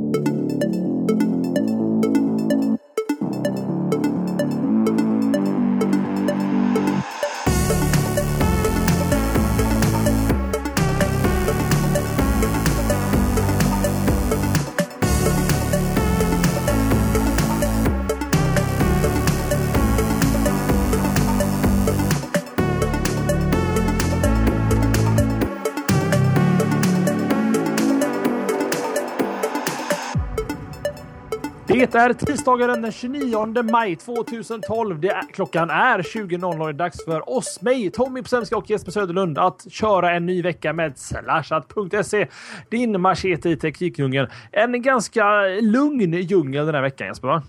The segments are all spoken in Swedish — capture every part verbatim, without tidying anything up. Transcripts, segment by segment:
Det är tisdagen den tjugonionde maj tjugohundratolv. Det är, klockan är tjugo noll noll. Dags för oss, mig, Tommy Psemska och Jesper Söderlund att köra en ny vecka med slashat punkt se. Din machete i teknikdjungeln. En ganska lugn djungel den här veckan, Jesper, va?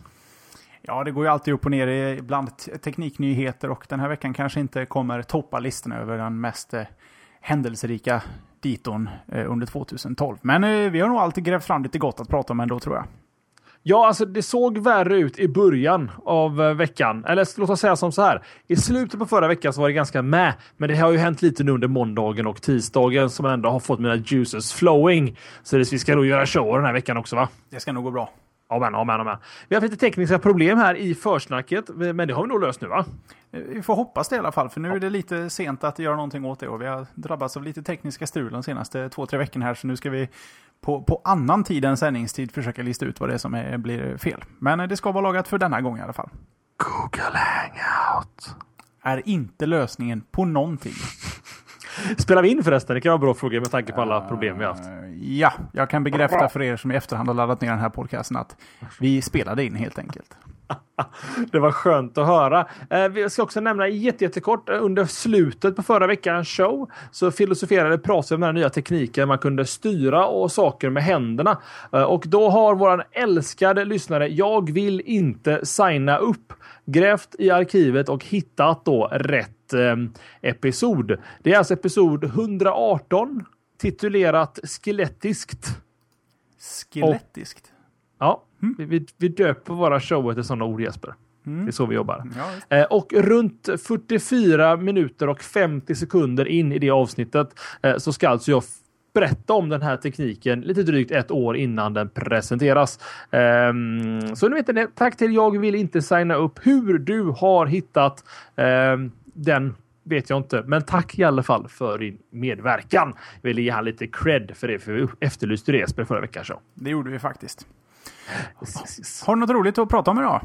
Ja, det går ju alltid upp och ner bland tekniknyheter och den här veckan kanske inte kommer toppa listan över den mest eh, händelserika diton eh, under tjugohundratolv. Men eh, vi har nog alltid grävt fram lite gott att prata om ändå, tror jag. Ja, alltså det såg värre ut i början av veckan. Eller låt oss säga som så här. I slutet på förra veckan så var det ganska med. Men det har ju hänt lite nu under måndagen och tisdagen som ändå har fått mina juices flowing. Så det, vi ska nog göra show den här veckan också, va? Det ska nog gå bra. Ja, men, ja, men, ja, men. Vi har haft lite tekniska problem här i försnacket. Men det har vi nog löst nu, va? Vi får hoppas det i alla fall. För nu är det lite sent att göra någonting åt det. Och vi har drabbats av lite tekniska strul de senaste två, tre veckorna här. Så nu ska vi på, på annan tid än sändningstid försöka lista ut vad det är som är, blir fel. Men det ska vara lagat för denna gång i alla fall. Google Hangout är inte lösningen på någonting. Spelar vi in förresten? Det kan vara bra fråga med tanke på alla problem vi har haft. Ja, jag kan bekräfta för er som i efterhand har laddat ner den här podcasten att vi spelade in helt enkelt. Det var skönt att höra. Eh, vi ska också nämna jättekort under slutet på förra veckans show så filosoferade pratade om den här nya tekniken. Man kunde styra och saker med händerna. Eh, och då har våran älskade lyssnare Jag vill inte signa upp grävt i arkivet och hittat då rätt eh, episod. Det är alltså episod hundraarton titulerat Skelettiskt. Skelettiskt? Och, ja. Mm. Vi, vi döper våra shower till sådana ord, Jesper. Mm. Det är så vi jobbar. Ja, eh, och runt fyrtiofyra minuter och femtio sekunder in i det avsnittet eh, så ska alltså jag berätta om den här tekniken lite drygt ett år innan den presenteras. Eh, så nu vet ni, tack till Jag vill inte signa upp. Hur du har hittat eh, den vet jag inte. Men tack i alla fall för din medverkan. Jag vill ge han lite cred för det, för vi efterlyste det, Jesper, förra veckan. Så. Det gjorde vi faktiskt. Har du något roligt att prata om idag?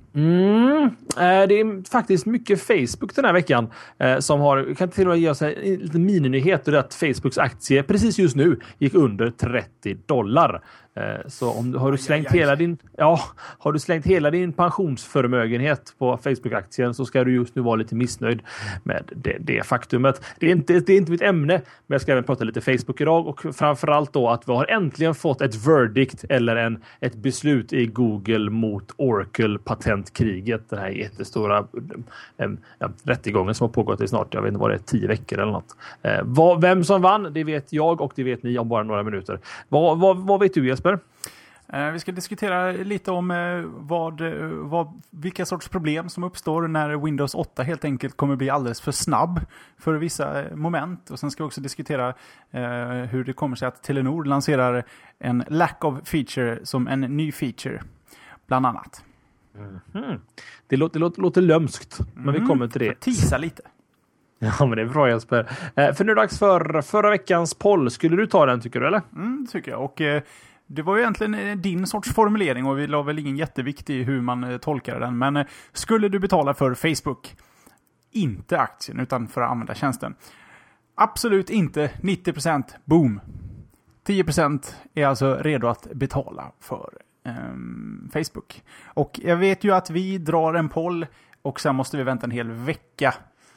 Mm, eh, det är faktiskt mycket Facebook den här veckan eh, som har, kan till och med ge oss en liten mininyhet, att Facebooks aktie precis just nu gick under trettio dollar. Eh, så om har du slängt aj, aj, aj. hela din ja, har du slängt hela din pensionsförmögenhet på Facebook-aktien så ska du just nu vara lite missnöjd med det, det faktumet. Det är, inte, det är inte mitt ämne, men jag ska även prata lite Facebook idag och framförallt då att vi har äntligen fått ett verdict eller en, ett beslut i Google mot Oracle patentkriget. Den här jättestora eh, ja, rättegången som har pågått i snart, jag vet inte vad det är, tio veckor eller något. Eh, vad, vem som vann, det vet jag och det vet ni om bara några minuter. Vad, vad, vad vet du, Jesper? Eh, vi ska diskutera lite om eh, vad, vad, vilka sorts problem som uppstår när Windows åtta helt enkelt kommer bli alldeles för snabb för vissa moment. Och sen ska vi också diskutera eh, hur det kommer sig att Telenor lanserar en lack of feature som en ny feature, bland annat. Mm-hmm. Det, låter, det låter, låter lömskt, men mm, vi kommer till det. Tisa lite. Ja, men det är bra, Jesper. Eh, för nu är det dags för förra veckans poll. Skulle du ta den, tycker du, eller? Mm, det tycker jag. Och eh, det var ju egentligen din sorts formulering och vi la väl ingen jättevikt i hur man eh, tolkar den. Men eh, skulle du betala för Facebook, inte aktien utan för att använda tjänsten? Absolut inte. nittio procent, boom. tio procent är alltså redo att betala för eh, Facebook. Och jag vet ju att vi drar en poll och sen måste vi vänta en hel vecka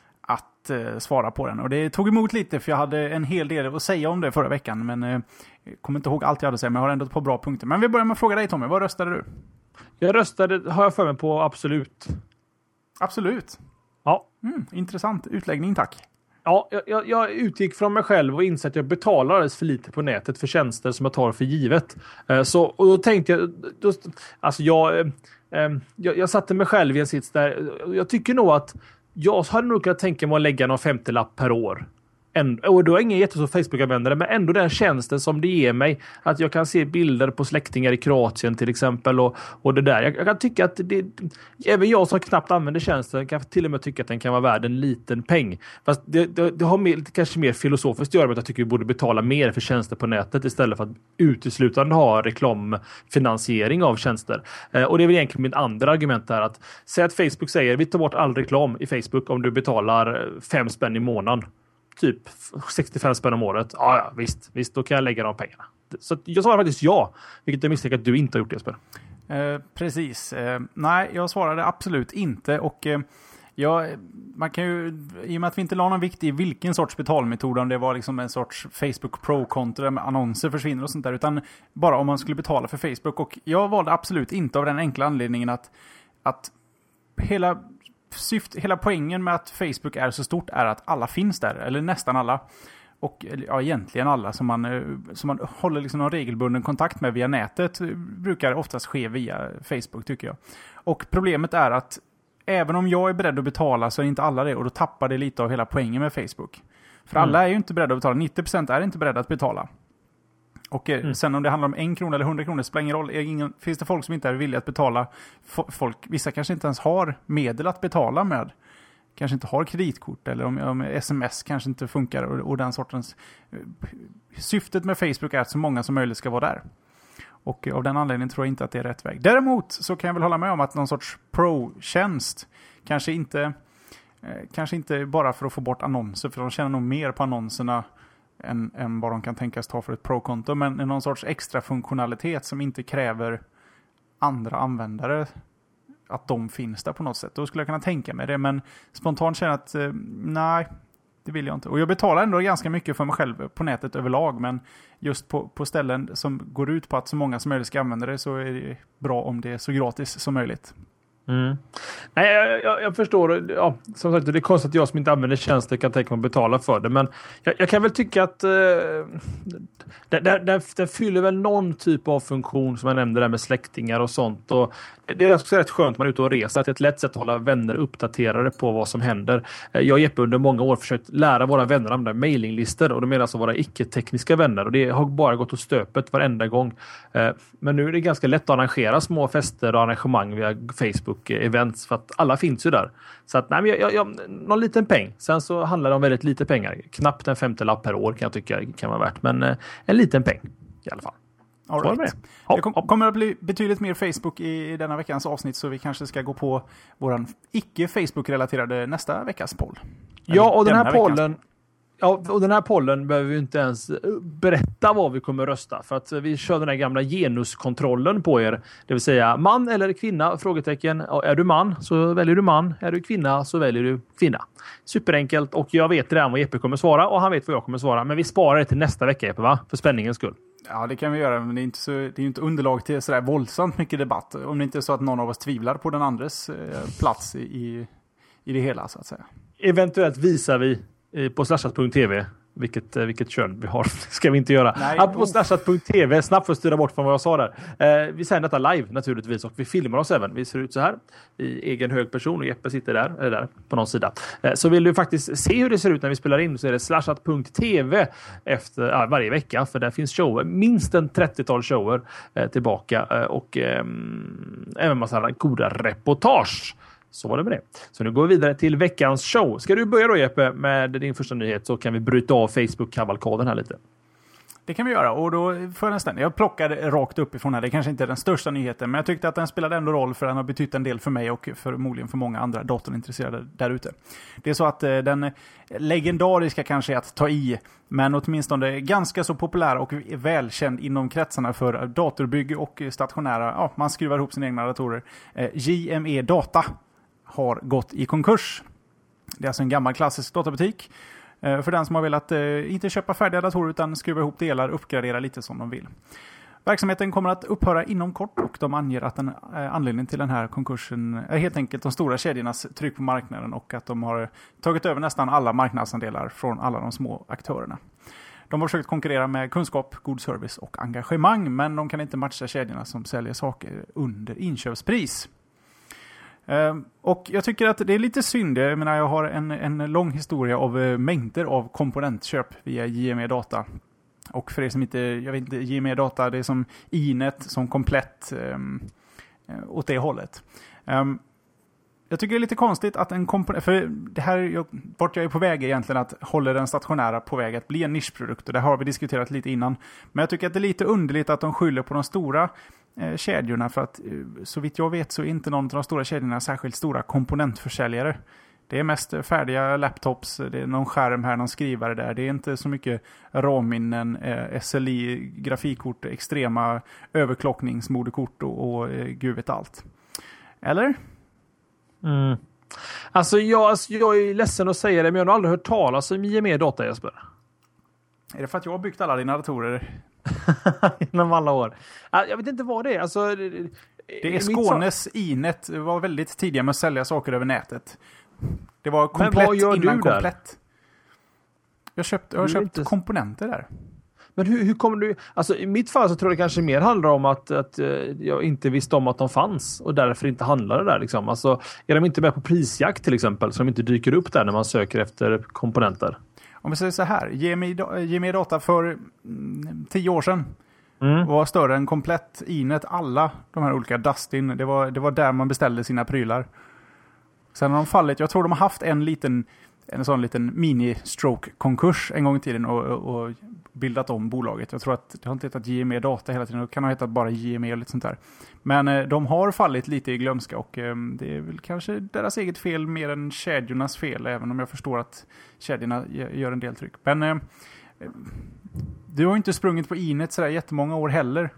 att eh, svara på den. Och det tog emot lite för jag hade en hel del att säga om det förra veckan. Men eh, jag kommer inte ihåg allt jag hade att säga, men jag har ändå ett par bra punkter. Men vi börjar med att fråga dig, Tommy. Vad röstade du? Jag röstade, har jag för mig på absolut. Absolut? Ja. Mm, intressant utläggning, tack. Ja, jag, jag utgick från mig själv och insåg att jag betalar alldeles för lite på nätet för tjänster som jag tar för givet. Eh, så, och då tänkte jag, då, alltså jag, eh, jag, jag satte mig själv i en sits där jag tycker nog att jag hade nog kunnat tänka mig att lägga någon femtiolapp per år Ändå, och då är ingen jättestor Facebook-användare, men ändå den tjänsten som det ger mig, att jag kan se bilder på släktingar i Kroatien till exempel och, och det där. Jag, jag kan tycka att det, även jag som knappt använder tjänsten kan till och med tycka att den kan vara värd en liten peng. Fast det, det, det har mer, kanske mer filosofiskt att göra med att jag tycker vi borde betala mer för tjänster på nätet istället för att uteslutande ha reklamfinansiering av tjänster. Eh, och det är väl egentligen mitt andra argument där, att säga att Facebook säger vi tar bort all reklam i Facebook om du betalar fem spänn i månaden. Typ sextiofem spänn om året. Ja, ja, visst. Visst, då kan jag lägga de pengarna. Så jag svarar faktiskt ja. Vilket jag misstänker att du inte har gjort det, Jesper. Eh, precis. Eh, nej, jag svarade absolut inte. Och eh, jag, man kan ju, i och med att vi inte la någon vikt i vilken sorts betalmetod, om det var liksom en sorts Facebook Pro-konto där med annonser försvinner och sånt där, utan bara om man skulle betala för Facebook. Och jag valde absolut inte av den enkla anledningen att, att hela... Syft, hela poängen med att Facebook är så stort är att alla finns där, eller nästan alla. Och ja, egentligen alla som man, som man håller liksom någon regelbunden kontakt med via nätet brukar oftast ske via Facebook, tycker jag. Och problemet är att även om jag är beredd att betala så är inte alla det, och då tappar det lite av hela poängen med Facebook. För mm. alla är ju inte beredda att betala, nittio procent är inte beredda att betala. Och mm. sen om det handlar om en krona eller hundra kronor spelar ingen roll. Ingen, finns det folk som inte är villiga att betala? Folk, vissa kanske inte ens har medel att betala med. Kanske inte har kreditkort, eller om, om sms kanske inte funkar. Och, och den sortens... Syftet med Facebook är att så många som möjligt ska vara där. Och av den anledningen tror jag inte att det är rätt väg. Däremot så kan jag väl hålla med om att någon sorts pro-tjänst kanske inte, eh, kanske inte bara för att få bort annonser, för de tjänar nog mer på annonserna än, än vad de kan tänkas ta för ett pro-konto, men någon sorts extra funktionalitet som inte kräver andra användare, att de finns där på något sätt. Då skulle jag kunna tänka mig det, men spontant känner att eh, nej, det vill jag inte. Och jag betalar ändå ganska mycket för mig själv på nätet överlag, men just på, på ställen som går ut på att så många som möjligt ska använda det, så är det bra om det är så gratis som möjligt. Mm. Nej, jag, jag, jag förstår. Ja, som sagt, det är konstigt att jag som inte använder tjänster kan tänka mig att betala för det. Men jag, jag kan väl tycka att eh, det, det, det, det fyller väl någon typ av funktion, som jag nämnde där med släktingar och sånt. Och det är också rätt skönt att man är ute och reser. Det är ett lätt sätt att hålla vänner uppdaterade på vad som händer. Jag och Jeppe under många år försökt lära våra vänner om de mailinglistor. Och de menar alltså våra icke-tekniska vänner. Och det har bara gått åt stöpet varenda gång. Men nu är det ganska lätt att arrangera små fester och arrangemang via Facebook-events. För att alla finns ju där. Så att, nej, men jag, jag, någon liten peng. Sen så handlar det om väldigt lite pengar. Knappt en femte lapp per år kan jag tycka kan vara värt. Men en liten peng i alla fall. All right. Det kom, kommer att bli betydligt mer Facebook i denna veckans avsnitt, så vi kanske ska gå på våran icke-Facebook-relaterade nästa veckas poll. Ja, och den här pollen... Ja, och den här pollen behöver vi inte ens berätta vad vi kommer rösta. För att vi kör den här gamla genuskontrollen på er. Det vill säga man eller kvinna, frågetecken. Är du man så väljer du man. Är du kvinna så väljer du kvinna. Superenkelt, och jag vet redan vad Jeppe kommer svara och han vet vad jag kommer svara. Men vi sparar det till nästa vecka, Jeppe, va? För spänningens skull. Ja, det kan vi göra, men det är inte, så, det är inte underlag till sådär våldsamt mycket debatt. Om det inte är så att någon av oss tvivlar på den andres eh, plats i, i det hela, så att säga. Eventuellt visar vi på slashat punkt tv vilket, vilket kön vi har. Ska vi inte göra. Nej, på slashat punkt tv, snabbt för att styra bort från vad jag sa där. Eh, vi sänder detta live naturligtvis, och vi filmar oss även. Vi ser ut så här i egen hög person, och Jeppe sitter där, eller där på någon sida. Eh, så vill du faktiskt se hur det ser ut när vi spelar in, så är det slashat punkt tv efter ja, varje vecka, för där finns shower, minst en trettiotal shower eh, tillbaka eh, och eh, även massa goda reportage. Så var det med det. Så nu går vi vidare till veckans show. Ska du börja då, Jeppe, med din första nyhet, så kan vi bryta av Facebook-kavalkaden här lite. Det kan vi göra, och då får jag nästan... Jag plockade rakt uppifrån här. Det kanske inte är den största nyheten, men jag tyckte att den spelade ändå roll, för den har betytt en del för mig och förmodligen för många andra datorintresserade där ute. Det är så att eh, den legendariska kanske är att ta i, men åtminstone ganska så populär och välkänd inom kretsarna för datorbygge och stationära... Ja, man skruvar ihop sina egna datorer. Eh, J M E Data har gått i konkurs. Det är alltså en gammal klassisk databutik. För den som har velat eh, inte köpa färdiga datorer utan skruva ihop delar, uppgradera lite som de vill. Verksamheten kommer att upphöra inom kort, och de anger att den eh, anledningen till den här konkursen är helt enkelt de stora kedjornas tryck på marknaden, och att de har tagit över nästan alla marknadsandelar från alla de små aktörerna. De har försökt konkurrera med kunskap, god service och engagemang, men de kan inte matcha kedjorna som säljer saker under inköpspris. Uh, och jag tycker att det är lite synd. Jag menar, jag har en, en lång historia av uh, mängder av komponentköp via J M E Data. Och för er som inte, jag vet inte, J M E Data, det är som Inet, som komplett um, åt det hållet. Um, jag tycker det är lite konstigt att en komponent, för det här, jag, vart jag är på väg egentligen att hålla den stationära på väg att bli en nischprodukt, och det har vi diskuterat lite innan. Men jag tycker att det är lite underligt att de skyller på de stora eh, kedjorna, för att eh, så vitt jag vet så är inte någon av de stora kedjorna särskilt stora komponentförsäljare. Det är mest färdiga laptops, det är någon skärm här, någon skrivare där. Det är inte så mycket RAM-minnen, eh, S L I, grafikkort, extrema överklockningsmodekort och, och eh, gud vet allt. Eller? Mm. Alltså, jag, alltså jag är ledsen att säga det, men jag har aldrig hört talas om J M E Data, Jesper. Är det för att jag har byggt alla dina datorer? Inom alla år. Jag vet inte vad det är. Alltså, det, det är Skånes Inet var väldigt tidiga med att sälja saker över nätet. Det var komplett innan komplett. Jag, köpt, jag har köpt inte... komponenter där. Men hur, hur kommer du... Alltså i mitt fall så tror jag det kanske mer handlar om att, att jag inte visste om att de fanns och därför inte handlade där. Liksom. Alltså, är de inte med på prisjakt till exempel, så de inte dyker upp där när man söker efter komponenter? Om vi säger så här, J M E Data för mm, tio år sedan mm. var större än komplett Inet. Alla de här olika Dustin, det var, det var där man beställde sina prylar. Sen har de fallit, jag tror de har haft en liten en sån liten mini-stroke-konkurs en gång i tiden och, och bildat om bolaget. Jag tror att det har inte hetat J M E Data hela tiden, det kan ha hetat bara J M E och lite sånt där. Men eh, de har fallit lite i glömska, och eh, det är väl kanske deras eget fel mer än kedjornas fel, även om jag förstår att kedjorna gör en del tryck. Men eh, du har inte sprungit på Inet sådär jättemånga år heller.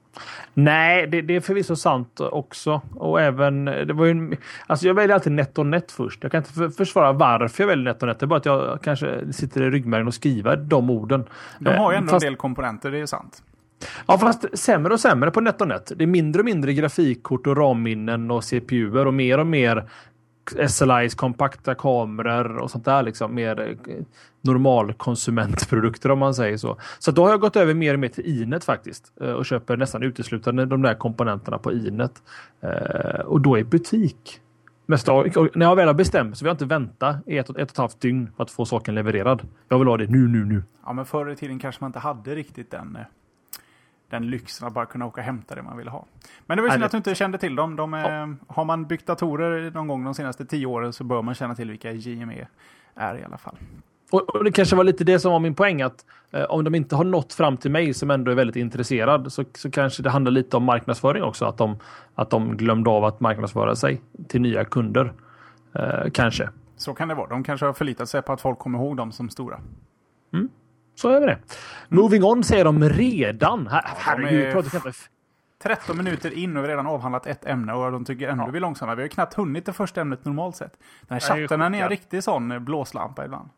Nej, det, det är förvisso sant också. Och även, det var ju en, alltså jag väljer alltid NetOnNet först. Jag kan inte för, försvara varför jag väljer NetOnNet. Det är bara att jag kanske sitter i ryggmärgen och skriver de orden. De har ju ändå fast, en del komponenter, det är sant. Ja, fast sämre och sämre på NetOnNet. Det är mindre och mindre grafikkort och RAM-minnen och C P U-er och mer och mer S L Is, kompakta kameror och sånt där, liksom mer normal konsumentprodukter om man säger så. Så då har jag gått över mer och mer till Inet faktiskt och köper nästan uteslutande de där komponenterna på Inet. Och då är butik. Mest, när jag väl har bestämt så vill jag inte vänta ett, ett och ett halvt dygn för att få saken levererad. Jag vill ha det nu, nu, nu. Ja, men förr i tiden kanske man inte hade riktigt den... den lyxen att bara kunna åka och hämta det man vill ha. Men det var ju synd att du inte kände till dem. De är, ja. Har man byggt datorer någon gång de senaste tio åren så bör man känna till vilka J M E är i alla fall. Och, och det kanske var lite det som var min poäng, att eh, om de inte har nått fram till mig som ändå är väldigt intresserad, så, så kanske det handlar lite om marknadsföring också. Att de, att de glömde av att marknadsföra sig till nya kunder. Eh, kanske. Så kan det vara. De kanske har förlitat sig på att folk kommer ihåg dem som stora. Mm. Så är det. Moving on säger de redan. Här, ja, herregud, de pratar inte. tretton minuter in och vi har redan avhandlat ett ämne och de tycker ändå ja. vi är långsamma. Vi har ju knappt hunnit det första ämnet normalt sett. Den här chatten är en riktig sån blåslampa ibland.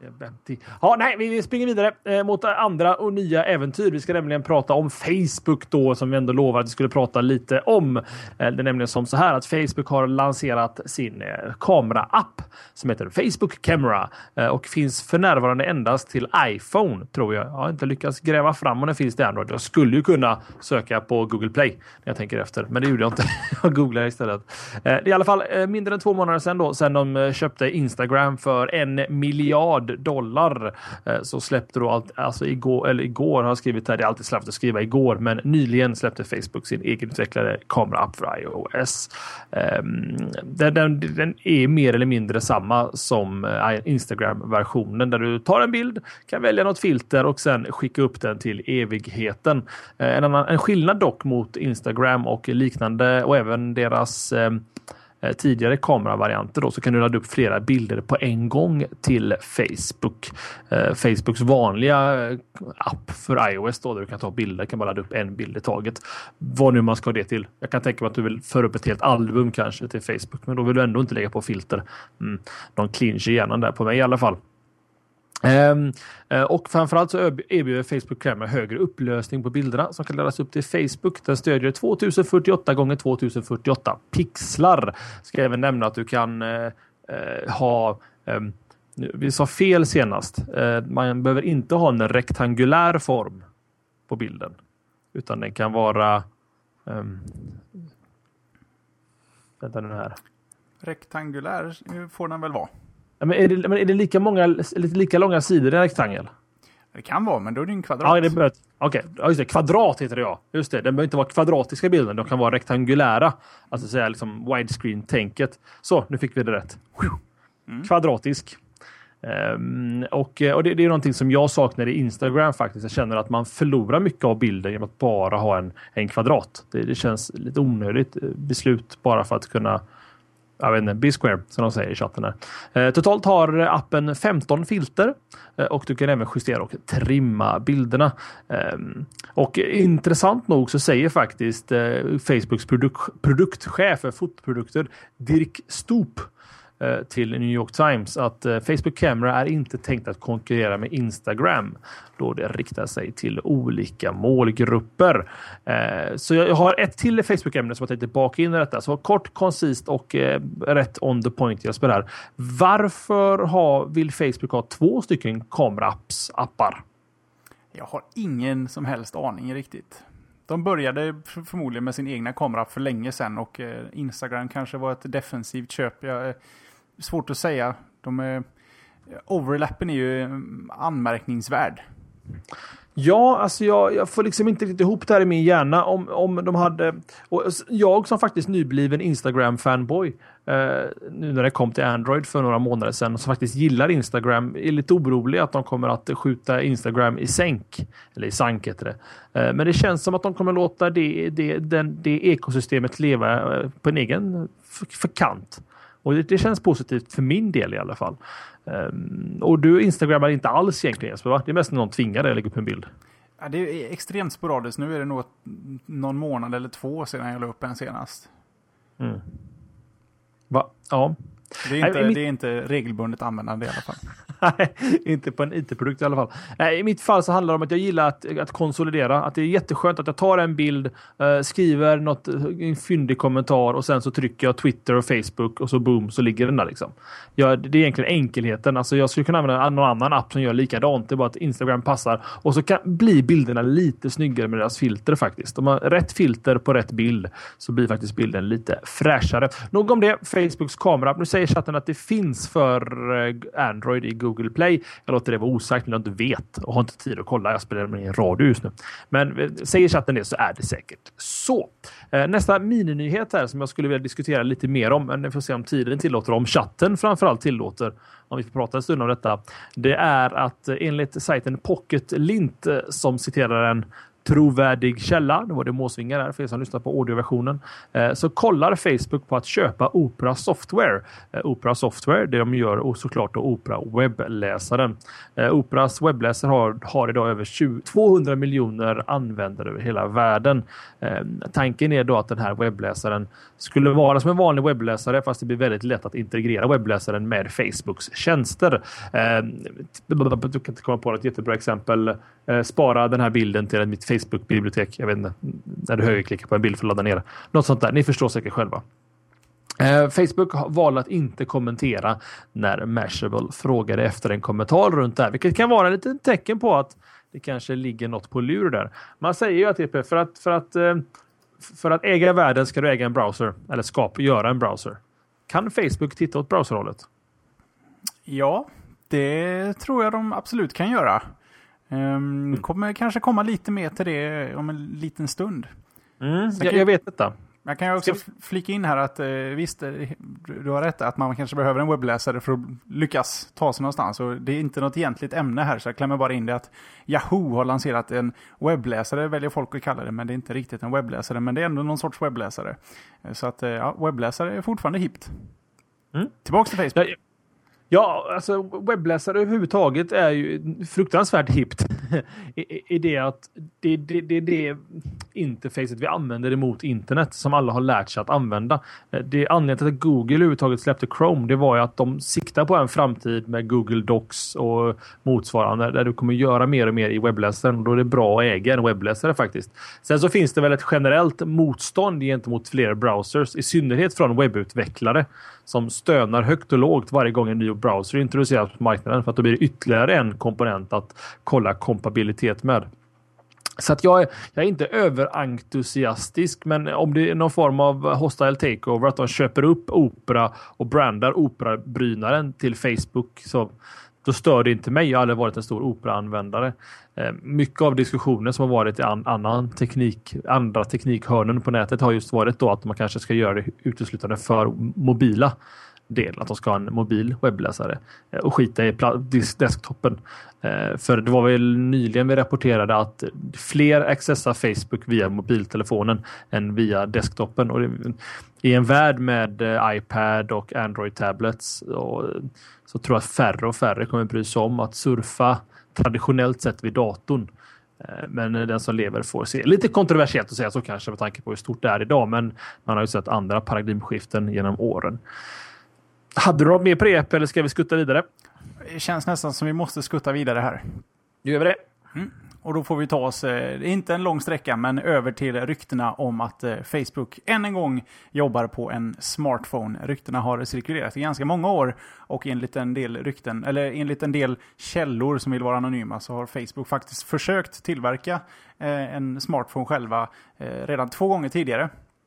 Ja, nej, vi springer vidare eh, mot andra och nya äventyr. Vi ska nämligen prata om Facebook då, som vi ändå lovade att vi skulle prata lite om. Eh, det är nämligen som så här att Facebook har lanserat sin eh, kamera-app som heter Facebook Camera eh, och finns för närvarande endast till iPhone, tror jag. Jag har inte lyckats gräva fram om den finns till Android. Jag skulle ju kunna söka på Google Play när jag tänker efter, men det gjorde jag inte. Jag googlar istället. Eh, det är i alla fall eh, mindre än två månader sedan då, sedan de eh, köpte Instagram för en miljard dollar, så släppte då allt, alltså igår, eller igår har jag skrivit här, det är alltid släppt att skriva igår, men nyligen släppte Facebook sin egenutvecklade kamera-app för iOS. Um, den, den, den är mer eller mindre samma som Instagram-versionen, där du tar en bild, kan välja något filter och sen skicka upp den till evigheten. En, annan, en skillnad dock mot Instagram och liknande, och även deras um, tidigare kameravarianter då, så kan du ladda upp flera bilder på en gång till Facebook. Eh, Facebooks vanliga app för iOS då, där du kan ta bilder, kan bara ladda upp en bild i taget. Vad nu man ska ha det till. Jag kan tänka mig att du vill föra upp ett helt album kanske till Facebook, men då vill du ändå inte lägga på filter. Mm. De clincher gärna där på mig i alla fall. Um, uh, och framförallt så erbjuder Facebook Camera högre upplösning på bilderna som kan laddas upp till Facebook. Den stödjer tvåtusen fyrtioåtta gånger tvåtusen fyrtioåtta pixlar. Ska även nämna att du kan uh, uh, ha um, vi sa fel senast. Uh, man behöver inte ha en rektangulär form på bilden, utan den kan vara um, vänta nu här. Rektangulär får den väl vara. Ja, men är det, men är det lika många, lite lika långa sidor i en rektangel? Det kan vara, men då är det en kvadrat. Ja, det behöver, okej, ja, just det. Kvadrat heter det, ja. Just det, den behöver inte vara kvadratiska bilden. De kan vara rektangulära. Alltså säga liksom widescreen-tänket. Så, nu fick vi det rätt. Mm. Kvadratisk. Um, och och det, det är någonting som jag saknar i Instagram faktiskt. Jag känner att man förlorar mycket av bilden genom att bara ha en, en kvadrat. Det, det känns lite onödigt beslut bara för att kunna, jag vet inte, be square som de säger i chatten här. Eh, totalt har appen femton filter eh, och du kan även justera och trimma bilderna. Eh, och intressant nog så säger faktiskt eh, Facebooks produk- produktchef för fotoprodukter Dirk Stoop till New York Times att Facebook Camera är inte tänkt att konkurrera med Instagram då det riktar sig till olika målgrupper. Så jag har ett till Facebook-ämne som jag tänkte baka in i detta. Så kort, koncist och rätt on the point jag spelar. Varför har, vill Facebook ha två stycken kamera-apps-appar? Jag har ingen som helst aning riktigt. De började förmodligen med sin egna kamera för länge sedan och Instagram kanske var ett defensivt köp. Jag svårt att säga. De är, overlappen är ju anmärkningsvärd. Ja, alltså jag, jag får liksom inte riktigt ihop det här i min hjärna om, om de hade... Och jag som faktiskt nybliven Instagram-fanboy eh, nu när det kom till Android för några månader sedan som faktiskt gillar Instagram är lite orolig att de kommer att skjuta Instagram i sänk. Eller i sank heter det. Eh, men det känns som att de kommer låta det, det, den, det ekosystemet leva eh, på en egen för, för kant. Och det, det känns positivt för min del i alla fall. Um, och du instagrammar inte alls egentligen, va? Det är mest när någon tvingar dig att lägga upp en bild. Ja, det är extremt sporadiskt. Nu är det nog någon månad eller två sedan jag la upp en senast. Mm. Va? Ja. Det är, inte, Nej, mitt... det är inte regelbundet användande i alla fall. Nej, inte på en I T-produkt i alla fall. Nej, i mitt fall så handlar det om att jag gillar att, att konsolidera. Att det är jätteskönt att jag tar en bild, uh, skriver något, en fyndig kommentar och sen så trycker jag Twitter och Facebook och så boom, så ligger den där liksom. Ja, det är egentligen enkelheten. Alltså jag skulle kunna använda någon annan app som gör likadant. Det är bara att Instagram passar. Och så kan bli bilderna lite snyggare med deras filter faktiskt. Om man har rätt filter på rätt bild så blir faktiskt bilden lite fräschare. Nog om det. Facebooks kamera. Nu säger chatten att det finns för Android i Google Play. Jag låter det vara osagt när jag inte vet och har inte tid att kolla. Jag spelar med en radio just nu. Men säger chatten det så är det säkert så. Nästa mininyhet här som jag skulle vilja diskutera lite mer om, men vi får se om tiden tillåter, om chatten framförallt tillåter, om vi får prata en stund om detta. Det är att enligt sajten Pocket Lint som citerar en trovärdig källa, det var det måsvingar här för er som lyssnar på audioversionen, eh, så kollar Facebook på att köpa Opera Software. Eh, Opera Software, det de gör och såklart då Opera webbläsaren. Eh, Operas webbläsare har, har idag över tjugo, tvåhundra miljoner användare över hela världen. Eh, tanken är då att den här webbläsaren skulle vara som en vanlig webbläsare fast det blir väldigt lätt att integrera webbläsaren med Facebooks tjänster. Eh, du kan inte komma på ett jättebra exempel. Eh, spara den här bilden till mitt Facebook-bibliotek. Jag vet inte, när du högerklickar på en bild för att ladda ner. Något sånt där. Ni förstår säkert själva. Eh, Facebook har valt att inte kommentera när Mashable frågade efter en kommentar runt det här. Vilket kan vara ett litet tecken på att det kanske ligger något på lur där. Man säger ju att för att, för att, för att äga världen ska du äga en browser. Eller skapa, göra en browser. Kan Facebook titta åt browserhållet? Ja, det tror jag de absolut kan göra. Um, kommer kanske komma lite mer till det om en liten stund. Mm, jag, jag vet detta. Jag kan ju också flika in här att eh, visst, du har rätt att man kanske behöver en webbläsare för att lyckas ta sig någonstans. Och det är inte något egentligt ämne här, så jag klämmer bara in det att Yahoo har lanserat en webbläsare, väljer folk att kalla det, men det är inte riktigt en webbläsare, men det är ändå någon sorts webbläsare. Så att ja, webbläsare är fortfarande hippt. Mm. Tillbaks till Facebook. Ja, Ja, alltså webbläsare överhuvudtaget är ju fruktansvärt hippt i, i det att det är det, det, det interfacet vi använder emot internet som alla har lärt sig att använda. Det anledningen till att Google överhuvudtaget släppte Chrome, det var ju att de siktar på en framtid med Google Docs och motsvarande där du kommer göra mer och mer i webbläsaren och då är det bra att äga en webbläsare faktiskt. Sen så finns det väl ett generellt motstånd gentemot fler browsers, i synnerhet från webbutvecklare som stönar högt och lågt varje gång en ny browser introduceras på marknaden för att då blir det ytterligare en komponent att kolla kompatibilitet med. Så att jag, jag är inte överentusiastisk, men om det är någon form av hostile takeover, att de köper upp Opera och brandar Opera-brynaren till Facebook, så då stör det inte mig. Jag har aldrig varit en stor Opera-användare. Eh, mycket av diskussionen som har varit i an, annan teknik, andra teknikhörnen på nätet har just varit då att man kanske ska göra det uteslutande för mobila del, att de ska ha en mobil webbläsare eh, och skita i pla- desktopen. Eh, för det var väl nyligen vi rapporterade att fler accessar Facebook via mobiltelefonen än via desktopen, och det, i en värld med eh, iPad och Android tablets och, så tror jag att färre och färre kommer bry sig om att surfa traditionellt sett vid datorn. Eh, men den som lever får se. Lite kontroversiellt att säga så kanske med tanke på hur stort det är idag, men man har ju sett andra paradigmskiften genom åren. Hade du något mer prep eller ska vi skutta vidare? Det känns nästan som vi måste skutta vidare här. Gör vi det? Mm. Och då får vi ta oss, eh, inte en lång sträcka, men över till ryktena om att eh, Facebook än en gång jobbar på en smartphone. Ryktena har cirkulerat i ganska många år, och enligt en del rykten, eller enligt en del källor som vill vara anonyma, så har Facebook faktiskt försökt tillverka eh, en smartphone själva eh, redan två gånger tidigare.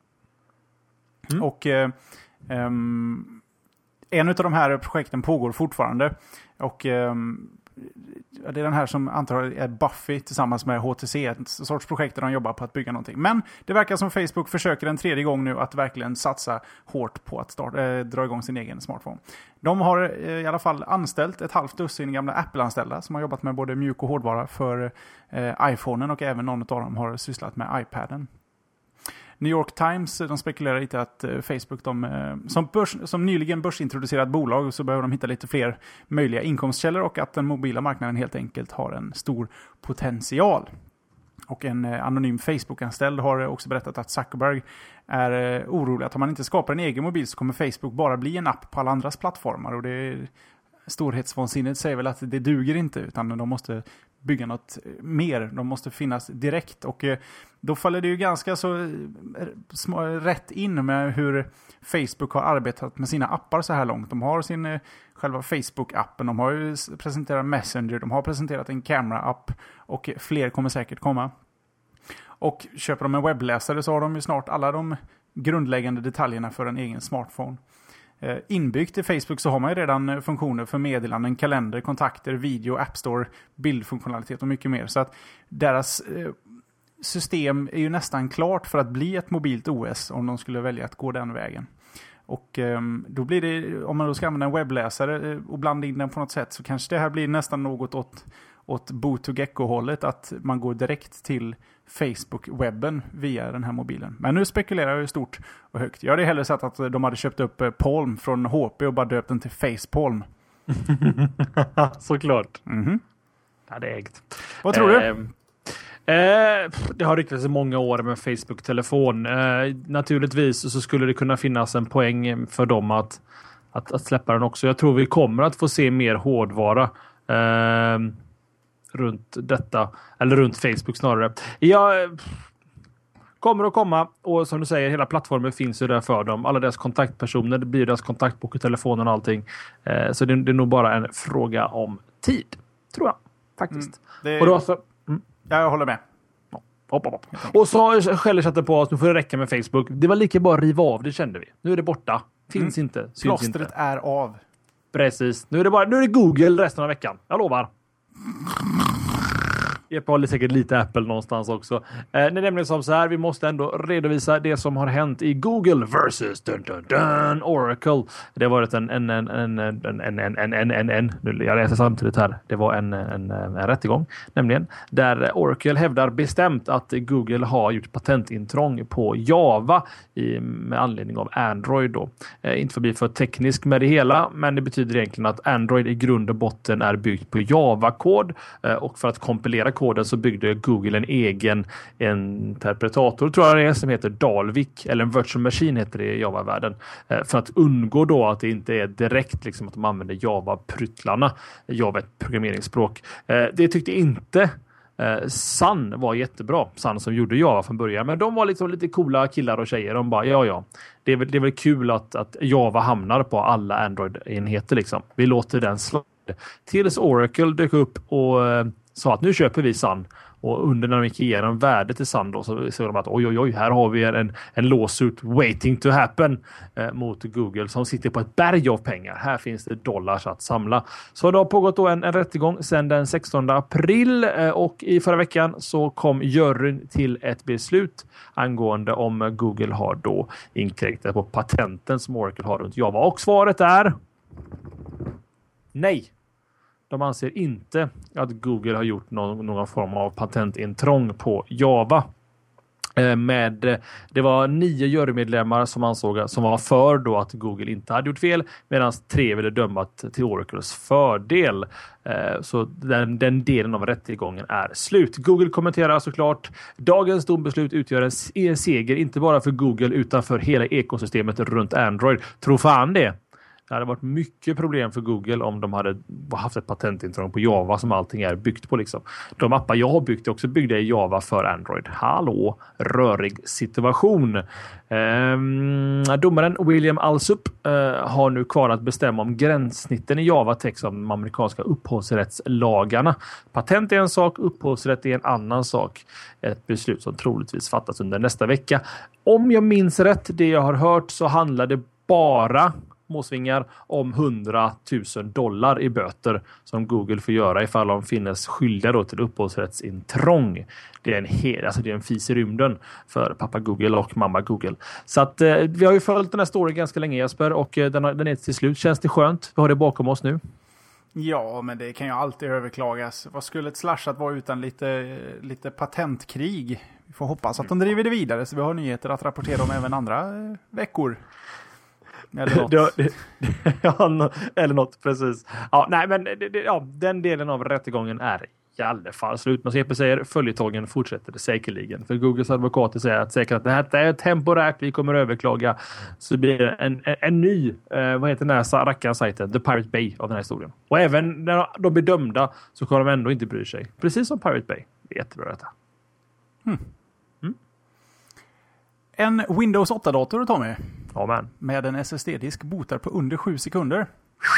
Mm. Och eh, um, en av de här projekten pågår fortfarande, och um, det är den här som antagligen är Buffy tillsammans med H T C, ett sorts projekt där de jobbar på att bygga någonting. Men det verkar som Facebook försöker en tredje gång nu att verkligen satsa hårt på att starta, äh, dra igång sin egen smartphone. De har äh, i alla fall anställt ett halvt dussin gamla Apple-anställda som har jobbat med både mjuk- och hårdvara för äh, iPhonen, och även någon av dem har sysslat med iPaden. New York Times, de spekulerar lite att uh, Facebook, de, uh, som, börs, som nyligen börsintroducerat bolag, så behöver de hitta lite fler möjliga inkomstkällor, och att den mobila marknaden helt enkelt har en stor potential. Och en uh, anonym Facebook-anställd har uh, också berättat att Zuckerberg är uh, orolig att om man inte skapar en egen mobil så kommer Facebook bara bli en app på alla andras plattformar, och det är storhetsvansinnet säger väl att det duger inte, utan de måste bygga något mer. De måste finnas direkt, och eh, då faller det ju ganska så eh, små, rätt in med hur Facebook har arbetat med sina appar så här långt. De har sin eh, själva Facebook-appen, de har ju presenterat Messenger, de har presenterat en Camera-app, och fler kommer säkert komma. Och köper de en webbläsare så har de ju snart alla de grundläggande detaljerna för en egen smartphone. Eh, inbyggt i Facebook så har man ju redan funktioner för meddelanden, kalender, kontakter, video, App Store, bildfunktionalitet och mycket mer. Så att deras eh, system är ju nästan klart för att bli ett mobilt O S om de skulle välja att gå den vägen. Och eh, då blir det, om man då ska använda en webbläsare eh, och blanda in den på något sätt, så kanske det här blir nästan något åt, åt Boot-to-Gecko-hållet, att man går direkt till Facebook-webben via den här mobilen. Men nu spekulerar jag ju stort och högt. Jag hade hellre sett att de hade köpt upp Palm från H P och bara döpt den till Facepalm. Såklart. Mm-hmm. Ja, det är ägt. Vad tror eh, du? Eh, det har ryktats i många år med Facebook-telefon. Eh, naturligtvis så skulle det kunna finnas en poäng för dem att, att, att släppa den också. Jag tror vi kommer att få se mer hårdvara eh, runt detta, eller runt Facebook snarare. Jag kommer att komma, och som du säger, hela plattformen finns ju där för dem. Alla deras kontaktpersoner, det blir deras kontaktbok i telefonen och allting. Eh, så det, det är nog bara en fråga om tid, tror jag faktiskt. Mm, det... Och då så, mm. Ja, jag håller med. Hopp, hopp, hopp. Och så skäller chatten på oss, nu får det räcka med Facebook. Det var lika bara att riva av det, kände vi. Nu är det borta. Finns mm. inte. Syns Plåstret inte. är av. Precis. Nu är det bara nu är det Google resten av veckan. Jag lovar. Jeppe håller säkert lite Apple någonstans också. Eh, det är nämligen som så här, vi måste ändå redovisa det som har hänt i Google versus dun, dun, dun, Oracle. Det har varit en en en en en en en en en en nu jag läser samtidigt här. Det var en en, en rättegång, nämligen där Oracle hävdar bestämt att Google har gjort patentintrång på Java i, med anledning av Android då. Eh, inte för att bli för teknisk med det hela, men det betyder egentligen att Android i grund och botten är byggt på Java-kod, eh, och för att kompilera koden så byggde Google en egen interpretator, tror jag det är, som heter Dalvik, eller en virtual machine heter det i Java-världen, eh, för att undgå då att det inte är direkt liksom att de använder Java-pryttlarna. Java är ett programmeringsspråk. Eh, det tyckte inte Eh, Sun var jättebra. Sun som gjorde Java från början. Men de var liksom lite coola killar och tjejer. De bara, ja ja. Det är väl, det är väl kul att, att Java hamnar på alla Android-enheter liksom. Vi låter den slå. Tills Oracle dök upp och eh, sa att nu köper vi Sun. Och under när de gick igenom värdet i Sand då, så såg de att oj oj oj, här har vi en, en lawsuit waiting to happen eh, mot Google som sitter på ett berg av pengar. Här finns det dollars att samla. Så det har pågått då en, en rättegång sedan den sextonde april eh, och i förra veckan så kom juryn till ett beslut angående om Google har då inkräktat på patenten som Oracle har runt Java. Och svaret är nej. De anser inte att Google har gjort någon, någon form av patentintrång på Java. Eh, med, det var nio jurymedlemmar som ansåg som var för då att Google inte hade gjort fel, medan tre ville döma till Oracles fördel. Eh, så den, den delen av rättegången är slut. Google kommenterar såklart: dagens dombeslut utgör en seger inte bara för Google utan för hela ekosystemet runt Android. Tror fan det. Det hade varit mycket problem för Google om de hade haft ett patentintrång på Java som allting är byggt på. Liksom. De appar jag har byggt är också byggda i Java för Android. Hallå, rörig situation. Ehm, domaren William Alsup eh, har nu kvar att bestämma om gränssnitten i Java täcks av de amerikanska upphovsrättslagarna. Patent är en sak, upphovsrätt är en annan sak. Ett beslut som troligtvis fattas under nästa vecka. Om jag minns rätt, det jag har hört, så handlar det bara småsvingar om hundratusen dollar i böter som Google får göra ifall de finnes skyldiga då till upphovsrättsintrång. Det är en hel, alltså det är en fis i rymden för pappa Google och mamma Google. Så att eh, vi har ju följt den här storyn ganska länge, Jesper, och eh, den, har, den är till slut. Känns det skönt? Vi har det bakom oss nu. Ja, men det kan ju alltid överklagas. Vad skulle ett slashat vara utan lite, lite patentkrig? Vi får hoppas att de driver det vidare så vi har nyheter att rapportera om även andra eh, veckor. Eller något. det, det, ja, eller något, precis. Ja, nej, men det, det, ja, den delen av rättegången är i alla fall slut. Men C P säger följetongen fortsätter det säkerligen. För Googles advokater säger att säkert att det här är temporärt, vi kommer överklaga. Så blir det en, en, en ny, eh, vad heter den här rackarsajten, The Pirate Bay av den här historien. Och även när de blir dömda så kommer de ändå inte bry sig. Precis som Pirate Bay. Det är jättebra detta. Hmm. Mm. En Windows åtta-dator, Tommy. Ja, man. Med en S S D-disk botar på under sju sekunder.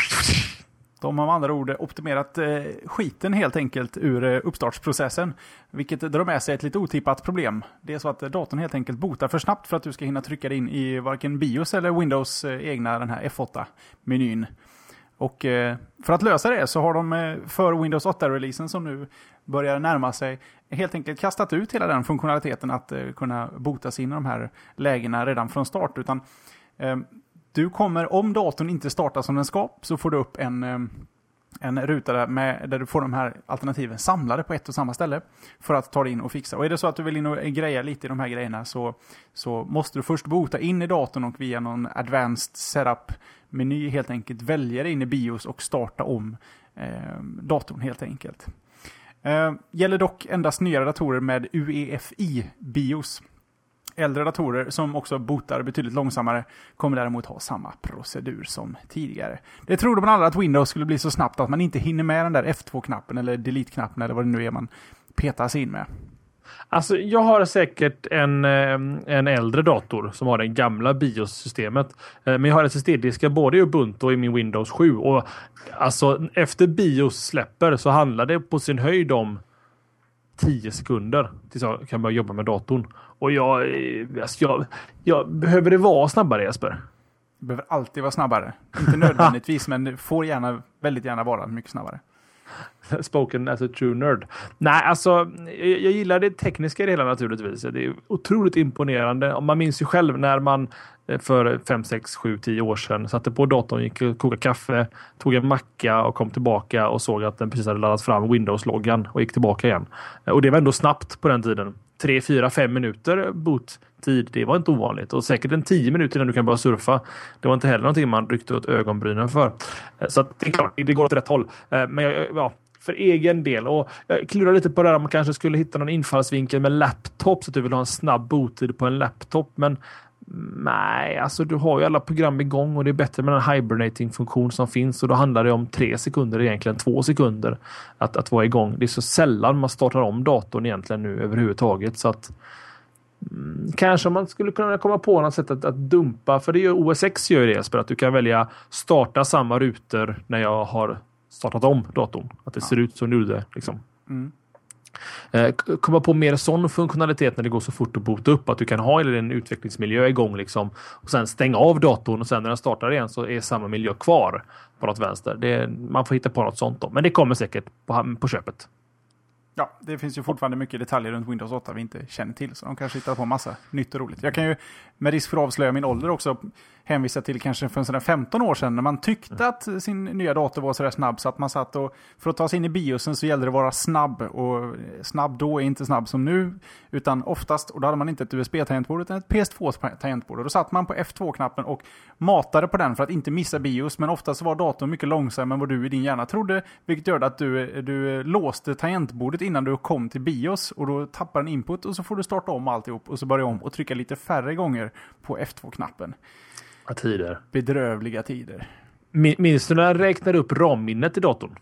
De har med andra ord optimerat eh, skiten helt enkelt ur eh, uppstartsprocessen. Vilket drar med sig ett lite otippat problem. Det är så att eh, datorn helt enkelt botar för snabbt för att du ska hinna trycka dig in i varken BIOS eller Windows eh, egna den här F åtta-menyn. Och eh, för att lösa det så har de eh, för Windows åtta-releasen som nu börjar närma sig helt enkelt kastat ut hela den funktionaliteten att eh, kunna bota sig in i de här lägena redan från start. Utan eh, du kommer, om datorn inte startar som den ska, så får du upp en, eh, en ruta där, med, där du får de här alternativen samlade på ett och samma ställe för att ta dig in och fixa. Och är det så att du vill in och greja lite i de här grejerna så, så måste du först bota in i datorn och via någon advanced setup-meny helt enkelt välja dig in i BIOS och starta om eh, datorn helt enkelt. Uh, gäller dock endast nya datorer med U E F I-BIOS. Äldre datorer som också bootar betydligt långsammare kommer däremot ha samma procedur som tidigare. Det trodde man aldrig att Windows skulle bli så snabbt att man inte hinner med den där F två-knappen eller delete-knappen eller vad det nu är man petar sig in med. Alltså, jag har säkert en, en äldre dator som har det gamla BIOS-systemet. Men jag har S S D-diskar både i Ubuntu och i min Windows sju. Och alltså, efter BIOS släpper så handlar det på sin höjd om tio sekunder tills jag kan börja jobba med datorn. Och jag, alltså, jag, jag behöver det vara snabbare, Jesper? Det behöver alltid vara snabbare. Inte nödvändigtvis, men det får gärna, väldigt gärna vara mycket snabbare. Spoken as a true nerd. Nej, alltså jag, jag gillar det tekniska i det hela naturligtvis. Det är otroligt imponerande. Man minns ju själv när man för fem, sex, sju, tio år sedan satte på datorn, gick och kokade kaffe, tog en macka och kom tillbaka och såg att den precis hade laddat fram Windows-loggan och gick tillbaka igen. Och det var ändå snabbt på den tiden. Tre, fyra, fem minuter boottid, det var inte ovanligt. Och säkert en tio minuter innan du kan börja surfa. Det var inte heller någonting man ryckte åt ögonbrynen för. Så att det är klart, det går åt rätt håll. Men jag, ja, för egen del. Och jag klurar lite på det här om man kanske skulle hitta någon infallsvinkel med laptop så att du vill ha en snabb boottid på en laptop. Men nej, alltså du har ju alla program igång och det är bättre med den hibernating-funktion som finns. Och då handlar det om tre sekunder, egentligen två sekunder att, att vara igång. Det är så sällan man startar om datorn egentligen nu överhuvudtaget. Så att mm, kanske man skulle kunna komma på något sätt att, att dumpa. För det gör O S X gör det, för att du kan välja starta samma rutor när jag har startat om datorn. Att det ja. ser ut som du gjorde liksom. Mm. Eh, komma på mer sån funktionalitet när det går så fort att bota upp, att du kan ha en utvecklingsmiljö igång liksom, och sen stänga av datorn och sen när den startar igen så är samma miljö kvar på något vänster. Det, man får hitta på något sånt då. Men det kommer säkert på, på köpet. Ja, det finns ju fortfarande mycket detaljer runt Windows åtta vi inte känner till. Så de kanske hittar på massa nytt och roligt. Jag kan ju med risk för att avslöja min ålder också hänvisa till kanske för en femton år sedan när man tyckte att sin nya dator var så där snabb så att man satt och för att ta sig in i biosen så gällde det att vara snabb. Och snabb då är inte snabb som nu utan oftast, och då hade man inte ett U S B-tangentbord utan ett P S två-tangentbord. Och då satt man på F två-knappen och matade på den för att inte missa bios. Men oftast var datorn mycket långsammare än vad du i din hjärna trodde. Vilket gör att du, du låste tangentbordet innan du kom till bios och då tappar den input och så får du starta om alltihop och så börja om och trycka lite färre gånger på F två-knappen. Tider. Bedrövliga tider. Minns du när jag räknade upp ramminnet i datorn?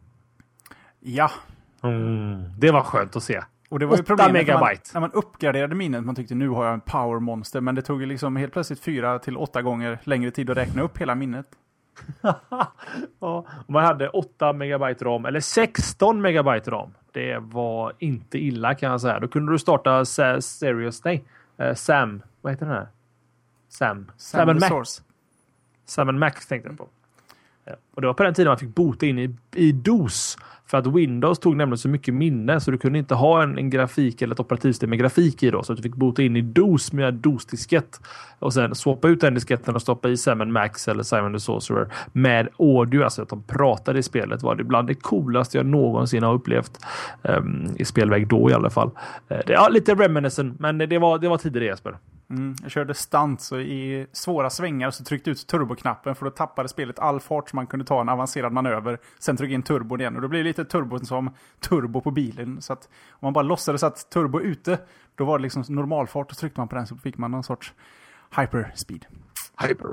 Ja. Mm, det var skönt att se. Och det var ju problemet megabyte. När, man, när man uppgraderade minnet. Man tyckte nu har jag en power monster. Men det tog ju liksom helt plötsligt fyra till åtta gånger längre tid att räkna upp hela minnet. Ja, man hade åtta megabyte ram eller sexton megabyte ram. Det var inte illa kan jag säga. Då kunde du starta Serious, nej, uh, Sam, vad heter den här? Sam. Sam and Max. Sam and Max tänkte jag på. Ja. Och det var på den tiden man fick bota in i, i DOS. För att Windows tog nämligen så mycket minne så du kunde inte ha en, en grafik eller ett operativsystem med grafik i då. Så du fick bota in i DOS med DOS-diskett. Och sen swappa ut den disketten och stoppa i Sam and Max eller Simon the Sorcerer med audio. Alltså att de pratade i spelet var det bland det coolaste jag någonsin har upplevt. Um, I spelväg då i alla fall. Uh, det, ja, lite reminiscent, men det var, det var tidigare Jesper. Mm, jag körde stunt så i svåra svängar så tryckte ut turboknappen för då tappade spelet all fart så man kunde ta en avancerad manöver. Sen tryckte in turbon igen och då blev det lite turbo som turbo på bilen. Så att om man bara låtsades att turbo ute, då var det liksom normalfart och tryckte man på den så fick man någon sorts hyperspeed. Hyper.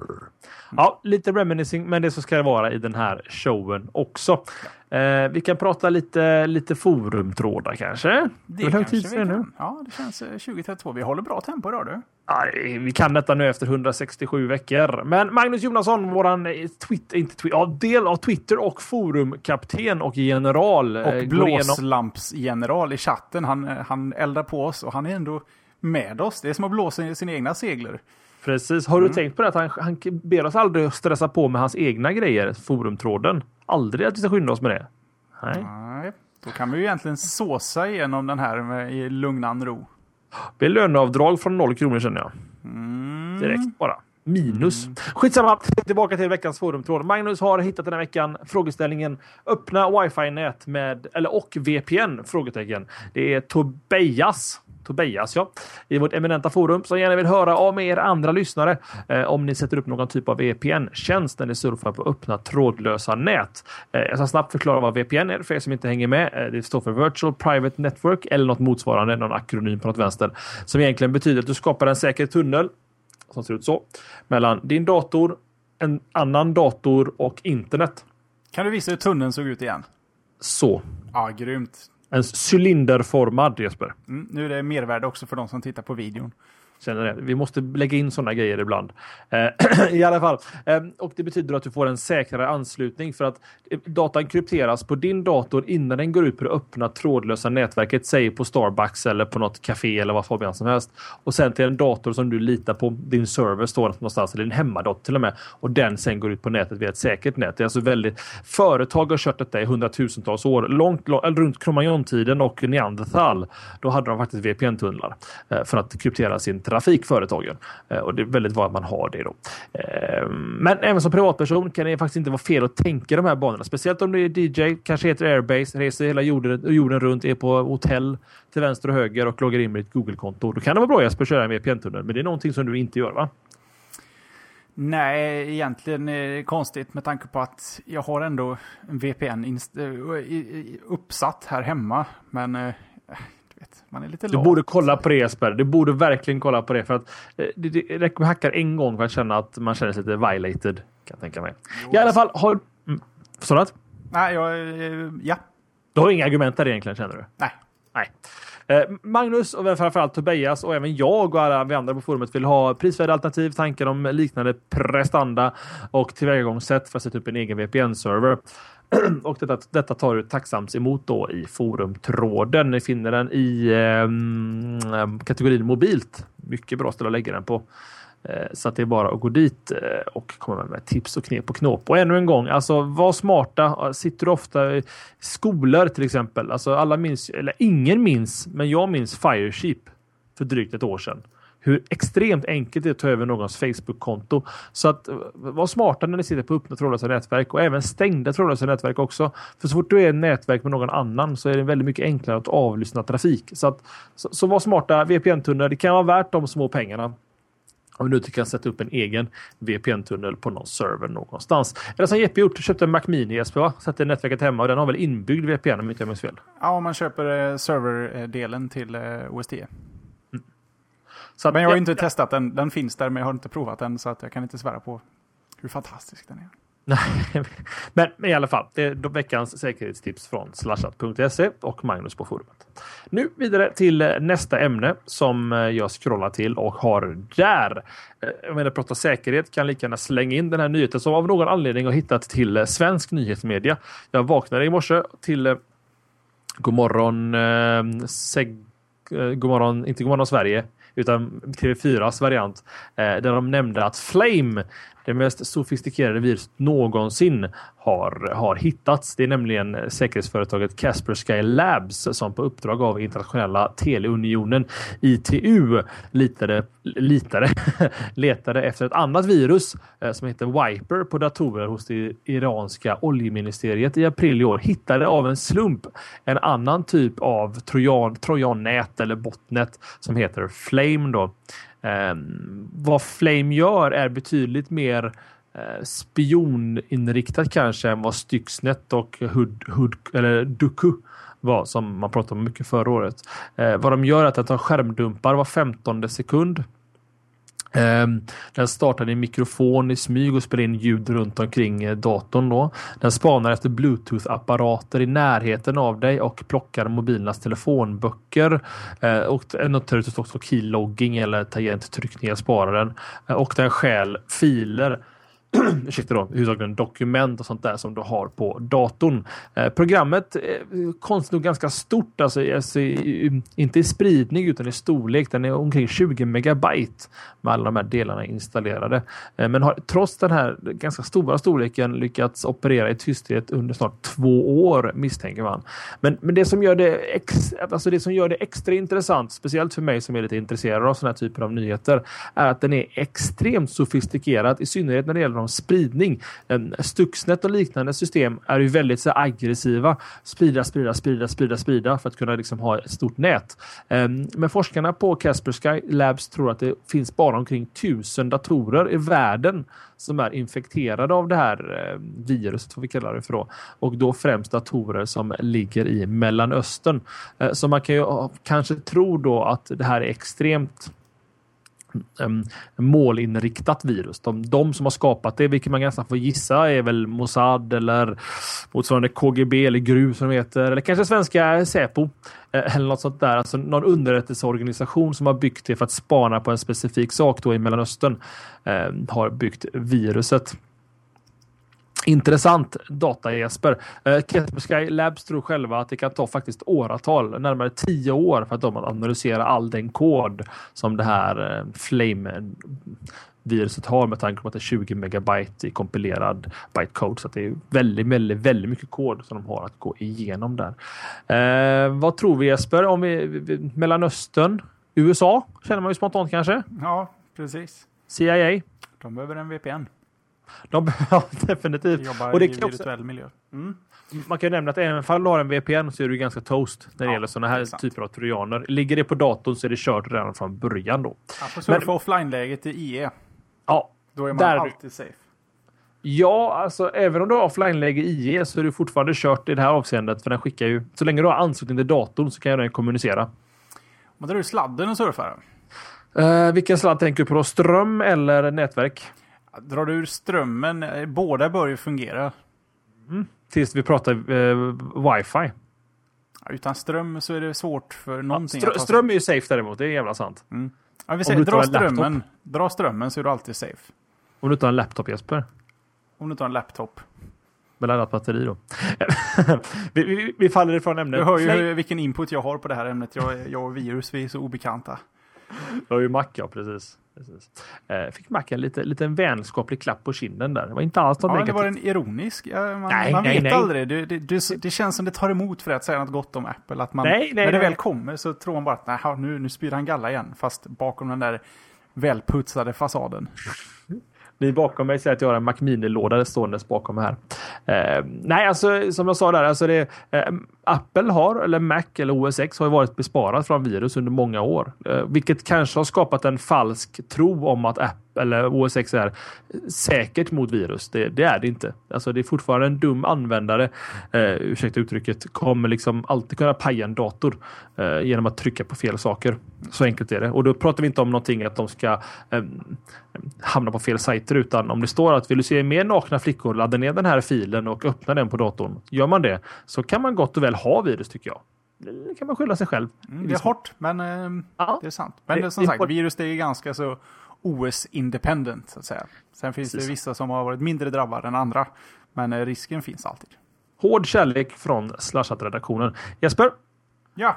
Ja, lite reminiscing, men det så ska det vara i den här showen också. Eh, vi kan prata lite, lite forumtrådar kanske. Det Hur kanske vi kan. Nu? Ja, det känns tjugo trettiotvå. Vi håller bra tempo idag, du. Aj, vi kan detta nu efter hundrasextiosju veckor. Men Magnus Jonasson, våran Twitter, inte Twitter, ja, del av Twitter och forumkapten och general. Och blåslampsgeneral i chatten. Han, han eldar på oss och han är ändå med oss. Det är som att blåsa sina egna segler. Precis. Har du mm. tänkt på det att han, han ber oss aldrig att stressa på med hans egna grejer, forumtråden? Aldrig att vi ska skynda oss med det. Nej. Nej. Då kan vi ju egentligen såsa igenom den här med, i lugnan ro. Det är löneavdrag från noll kronor känner jag. Mm. Direkt bara. Minus. Mm. Skitsamma. Tillbaka till veckans forumtråd. Magnus har hittat den här veckan frågeställningen öppna wifi-nät med, eller och V P N? Frågetecken. Det är Tobias. Tobias, ja. I vårt eminenta forum som gärna vill höra av er andra lyssnare eh, om ni sätter upp någon typ av V P N-tjänst när ni surfar på öppna trådlösa nät. Eh, jag ska snabbt förklara vad V P N är för er som inte hänger med. Eh, det står för Virtual Private Network eller något motsvarande, någon akronym på något vänster, som egentligen betyder att du skapar en säker tunnel som ser ut så mellan din dator, en annan dator och internet. Kan du visa hur tunneln såg ut igen? Så. Ja, grymt. En cylinderformad, Jesper. Mm, nu är det mervärde också för de som tittar på videon. Känner det. Vi måste lägga in sådana grejer ibland. Eh, I alla fall. Eh, och det betyder att du får en säkrare anslutning för att datan krypteras på din dator innan den går ut på det öppna trådlösa nätverket, säg på Starbucks eller på något café eller vad fan som helst. Och sen till en dator som du litar på, din server står någonstans, eller din hemmadator till och med. Och den sen går ut på nätet via ett säkert nät. Det är alltså väldigt... Företag har kört detta i hundratusentals år. Långt, långt runt Cromagnon-tiden och Neanderthal. Då hade de faktiskt V P N-tunnlar eh, för att kryptera sin trafikföretagen. Och det är väldigt vad man har det då. Men även som privatperson kan det faktiskt inte vara fel att tänka de här banorna. Speciellt om du är D J, kanske heter Airbase, reser hela jorden, jorden runt, är på hotell till vänster och höger och loggar in med ditt Google-konto. Då kan det vara bra Jesper att köra en V P N-tunnel. Men det är någonting som du inte gör, va? Nej, egentligen är det konstigt med tanke på att jag har ändå en V P N uppsatt här hemma. Men... Man är lite du borde kolla på det Jesper. Du borde verkligen kolla på det för att eh, det, det räcker med hackar en gång för att känna att man känner sig lite violated, kan jag tänka mig. Jo, I alla fall har mm, förstår du? Nej, jag eh, ja. Du har inga argument där egentligen, känner du? Nej. Nej. Eh, Magnus och framförallt Tobias och även jag och alla vi andra på forumet vill ha prisvärda alternativ, tankar om liknande prestanda och tillvägagångssätt för att sätta upp en egen V P N-server. Och detta, detta tar du tacksamt emot då i forumtråden. Ni finner den i eh, kategorin mobilt. Mycket bra ställe att lägga den på. Eh, så att det är bara att gå dit eh, och komma med tips och knep och knåp. Och ännu en gång, alltså var smarta. Sitter du ofta i skolor till exempel. Alltså alla minns, eller ingen minns, men jag minns Firesheep för drygt ett år sedan. Hur extremt enkelt det är att ta över någons Facebook-konto. Så att var smarta när ni sitter på öppna trådlösa nätverk och även stängda trådlösa nätverk också. För så fort du är i nätverk med någon annan så är det väldigt mycket enklare att avlyssna trafik. Så, att, så, så var smarta. V P N-tunnlar, det kan vara värt de små pengarna. Om du inte kan sätta upp en egen V P N-tunnel på någon server någonstans. Eller som Jeppe gjort, köpte en Mac Mini Jesper, va? Satte nätverket hemma och den har väl inbyggd V P N om inte jag minns fel. Ja, om man köper eh, serverdelen till eh, O S D. Så att, men jag har ja, inte ja. testat den. Den finns där, men jag har inte provat den, så att jag kan inte svära på hur fantastisk den är. Nej, men, men i alla fall, det är veckans säkerhetstips från slashat punkt se och Magnus på forumet. Nu vidare till nästa ämne som jag scrollar till och har där. Jag menar, prata säkerhet, kan lika gärna slänga in den här nyheten som av någon anledning har hittat till svensk nyhetsmedia. Jag vaknade i morse till God morgon, eh, seg, eh, God morgon, inte God morgon Sverige, utan T V fyras variant, eh, där de nämnde att Flame, det mest sofistikerade viruset någonsin, har, har hittats. Det är nämligen säkerhetsföretaget Kaspersky Labs som på uppdrag av internationella teleunionen I T U litade, litade, letade efter ett annat virus eh, som heter Viper på datorer hos det iranska oljeministeriet i april i år. Hittade av en slump en annan typ av trojan, trojannät eller botnet som heter Flame då. Eh, vad Flame gör är betydligt mer eh, spioninriktat kanske än vad Stuxnet och Hood, Hood, eller Duku var, som man pratade om mycket förra året. Eh, vad de gör är att de tar skärmdumpar var femtonde sekund. Um, den startar i mikrofon i smyg och spelar in ljud runt omkring eh, datorn då. Den spanar efter Bluetooth-apparater i närheten av dig och plockar mobilernas telefonböcker uh, och noterar också keylogging eller tangenttryckningar sparar den uh, och den stjäl filer ursäkta då, huvudsakligen dokument och sånt där som du har på datorn. Eh, programmet är konstigt nog ganska stort, alltså, alltså i, inte i spridning utan i storlek. Den är omkring tjugo megabyte med alla de här delarna installerade. Eh, men har trots den här ganska stora storleken lyckats operera i tysthet under snart två år, misstänker man. Men, men det som gör det ex, alltså det som gör det extra intressant, speciellt för mig som är lite intresserad av såna här typer av nyheter, är att den är extremt sofistikerad, i synnerhet när det gäller om spridning. Stuxnet och liknande system är ju väldigt så aggressiva. Sprida, sprida, sprida, sprida, sprida för att kunna liksom ha ett stort nät. Men forskarna på Kaspersky Labs tror att det finns bara omkring tusen datorer i världen som är infekterade av det här viruset, får vi kalla det för då. Och då främst datorer som ligger i Mellanöstern. Så man kan ju kanske tro då att det här är extremt Um, målinriktat virus. De, de som har skapat det, vilket man nästan får gissa, är väl Mossad eller motsvarande K G B eller G R U som de heter, eller kanske svenska Säpo eh, eller något sånt där. Alltså någon underrättelseorganisation som har byggt det för att spana på en specifik sak då i Mellanöstern eh, har byggt viruset. Intressant data, Jesper. Eh, Kaspersky Labs tror själva att det kan ta faktiskt åratal, närmare tio år, för att de analyserar all den kod som det här eh, Flame-viruset har, med tanke på att det är tjugo megabyte i kompilerad bytecode. Så att det är väldigt, väldigt, väldigt mycket kod som de har att gå igenom där. Eh, vad tror vi, Jesper? Om vi, vi Mellanöstern, U S A, känner man ju spontant kanske? Ja, precis. C I A? De behöver en V P N. De behöver definitivt. Jobbar och det i kan virtuell också, miljö. Mm. Man kan ju nämna att även om du har en V P N så är du ganska toast när det ja, gäller sådana här typer av trojaner. Ligger det på datorn så är det kört redan från början då. Ja, för surfa offline-läget i I E. Ja. Då är man där, alltid safe. Ja, alltså även om du har offline-läge i I E så är du fortfarande kört i det här avseendet. För den skickar ju, så länge du har anslutning till datorn så kan den kommunicera. Men drar du sladden och surfar? Uh, vilken sladd tänker du på då? Ström eller nätverk? Drar du ur strömmen, båda bör ju fungera. Mm. Tills vi pratar uh, wifi. Utan ström så är det svårt för någonting. Ja, strö- ström är ju safe däremot, det är jävla sant. Mm. Ja, vi säger, dra strömmen, dra strömmen så är du alltid safe. Om du inte har en laptop, Jesper. Om du inte har en laptop. Med laddat batteri då. vi, vi, vi faller ifrån ämnet. Du hör ju Flame. Vilken input jag har på det här ämnet. Jag, jag och virus, vi är så obekanta. Jag har ju Mac, ja, precis. precis. Eh, fick Mac en lite, lite en vänskaplig klapp på kinden där. Det var inte alls något ja, negativt. Det var en ironisk. Ja, man nej, man nej, vet nej. aldrig. Det, det, det, det känns som det tar emot för att säga något gott om Apple. Att man, nej, nej, när det nej. väl kommer så tror man bara att nej, nu, nu spyr han galla igen. Fast bakom den där välputsade fasaden. Ni bakom mig säger att jag har en Mac Mini-låda ståendes bakom här. Eh, nej, alltså som jag sa där, alltså det, eh, Apple har, eller Mac eller O S X har ju varit besparat från virus under många år. Eh, vilket kanske har skapat en falsk tro om att Apple eller O S X är säkert mot virus. Det, det är det inte. Alltså det är fortfarande en dum användare, eh, ursäkta uttrycket, kommer liksom alltid kunna paja en dator eh, genom att trycka på fel saker. Så enkelt är det. Och då pratar vi inte om någonting att de ska eh, hamna på fel sajter, utan om det står att vill du se mer nakna flickor, ladda ner den här filen och öppna den på datorn. Gör man det så kan man gott och väl ha virus, tycker jag. Det kan man skylla sig själv. Mm, det är hårt, men eh, ja. det är sant. Men det, som det sagt, hårt. Virus det är ganska så O S-independent, så att säga. Sen finns Precis. det vissa som har varit mindre drabbade än andra. Men eh, risken finns alltid. Hård kärlek från Slashat-redaktionen. Jesper? Ja.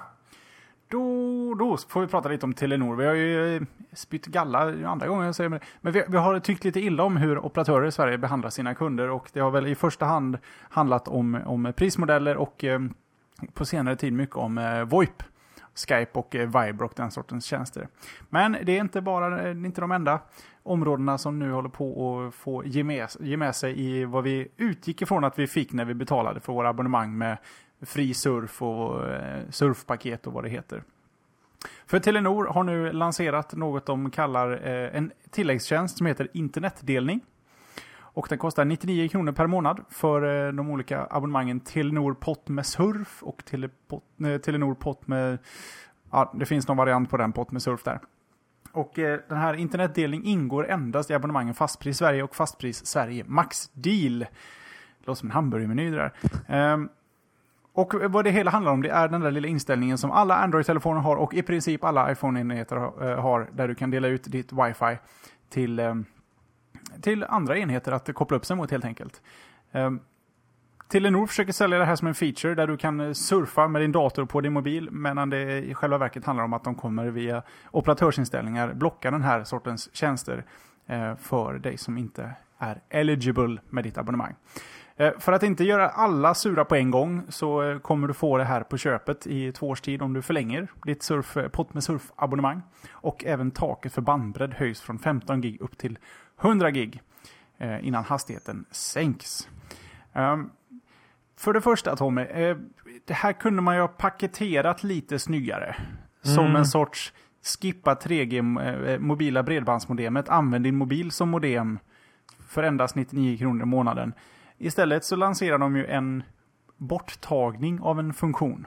Då, då får vi prata lite om Telenor. Vi har ju spytt galla andra gånger. Säger men vi, vi har tyckt lite illa om hur operatörer i Sverige behandlar sina kunder. Och det har väl i första hand handlat om, om prismodeller och eh, på senare tid mycket om eh, VoIP. Skype och eh, Viber och den sortens tjänster. Men det är inte bara det är inte de enda områdena som nu håller på att få ge med, ge med sig i vad vi utgick ifrån att vi fick när vi betalade för våra abonnemang med fri surf och eh, surfpaket och vad det heter. För Telenor har nu lanserat något de kallar eh, en tilläggstjänst som heter internetdelning. Och den kostar nittionio kronor per månad för eh, de olika abonnemangen Telenor pott med surf och telepot, eh, Telenor pott med, ja, det finns någon variant på den pott med surf där. Och eh, den här internetdelning ingår endast i abonnemangen Fastpris Sverige och Fastpris Sverige Max Deal. Det låter som en hamburgermeny det där. Ehm, och vad det hela handlar om, det är den där lilla inställningen som alla Android-telefoner har och i princip alla iPhone-enheter har, där du kan dela ut ditt wifi till, ehm, till andra enheter att koppla upp sig mot helt enkelt. Ehm, Telenor försöker sälja det här som en feature där du kan surfa med din dator på din mobil, medan det i själva verket handlar om att de kommer via operatörsinställningar blocka den här sortens tjänster eh, för dig som inte är eligible med ditt abonnemang. Eh, för att inte göra alla sura på en gång så eh, kommer du få det här på köpet i två års tid om du förlänger ditt surf, pott med surfabonnemang. Och även taket för bandbredd höjs från femton gig upp till hundra gig eh, innan hastigheten sänks. Um, För det första, Tommy, eh, det här kunde man ju ha paketerat lite snyggare. Mm. Som en sorts skippa tre G eh, mobila bredbandsmodemet. Använd din mobil som modem för endast nittionio kronor i månaden. Istället så lanserar de ju en borttagning av en funktion.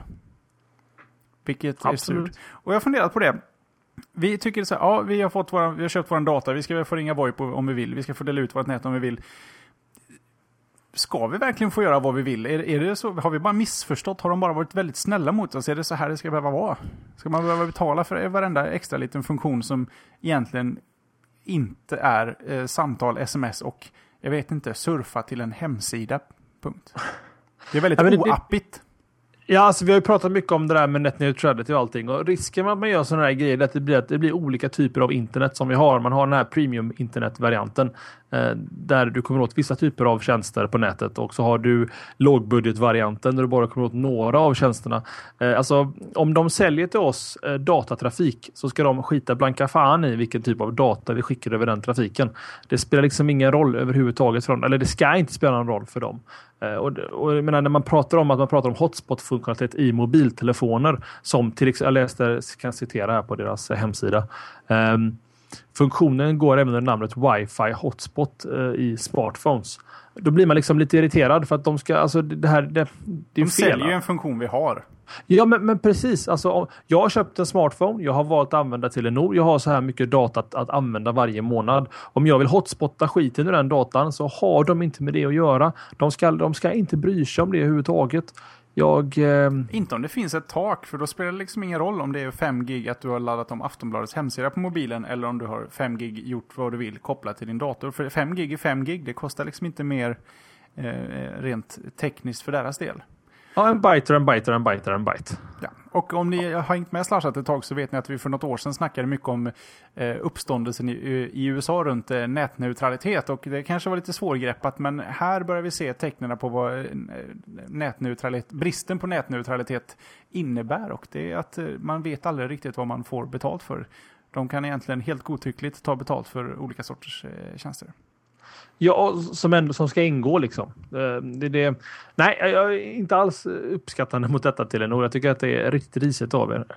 Vilket Absolut. är surt. Och jag har funderat på det. Vi tycker så här, ja, vi har, fått våra, vi har köpt vår data. Vi ska få ringa VoIP om vi vill. Vi ska få dela ut vårt nät om vi vill. Ska vi verkligen få göra vad vi vill? Är, är det så? Har vi bara missförstått? Har de bara varit väldigt snälla mot oss? Är det så här det ska behöva vara? Ska man behöva betala för varenda extra liten funktion som egentligen inte är eh, samtal, sms och jag vet inte, surfa till en hemsida? Punkt. Det är väldigt ja, oappigt. Ja, alltså vi har ju pratat mycket om det där med net neutrality och allting. Och risken med att man gör sådana här grejer är att det blir, att det blir olika typer av internet som vi har. Man har den här premium internet-varianten eh, där du kommer åt vissa typer av tjänster på nätet. Och så har du lågbudgetvarianten där du bara kommer åt några av tjänsterna. Eh, alltså om de säljer till oss eh, datatrafik så ska de skita blanka fan i vilken typ av data vi skickar över den trafiken. Det spelar liksom ingen roll överhuvudtaget för dem. Eller det ska inte spela någon roll för dem. Uh, och, och jag menar, när man pratar om att man pratar om hotspot-funktionalitet i mobiltelefoner som till exempel, jag läste, kan citera här på deras hemsida. Um, funktionen går även under namnet Wi-Fi hotspot uh, i smartphones. Då blir man liksom lite irriterad för att de ska, alltså det här, det, det är de fel. säljer ju en funktion vi har. Ja, men, men precis. Alltså, jag har köpt en smartphone. Jag har valt att använda Telenor. Jag har så här mycket data att, att använda varje månad. Om jag vill hotspotta skiten ur den datan så har de inte med det att göra. De ska, de ska inte bry sig om det överhuvudtaget. Jag... Eh... Inte om det finns ett tak, för då spelar det liksom ingen roll om det är fem gig att du har laddat om Aftonbladets hemsida på mobilen eller om du har fem gig gjort vad du vill kopplat till din dator. För fem gig är fem gig, det kostar liksom inte mer eh, rent tekniskt för deras del. Ja, en byte och en byte och en byte och en byte. Ja. Och om ni har hängt med slashat ett tag så vet ni att vi för något år sedan snackade mycket om eh, uppståndelsen i, i U S A runt eh, nätneutralitet, och det kanske var lite svårgreppat, men här börjar vi se tecknen på vad eh, nätneutralitet, bristen på nätneutralitet innebär, och det är att eh, man vet aldrig riktigt vad man får betalt för. De kan egentligen helt godtyckligt ta betalt för olika sorters eh, tjänster. Ja, som, ändå, som ska ingå liksom. Det, det, nej, jag är inte alls uppskattande mot detta till en och jag tycker att det är riktigt risigt av er.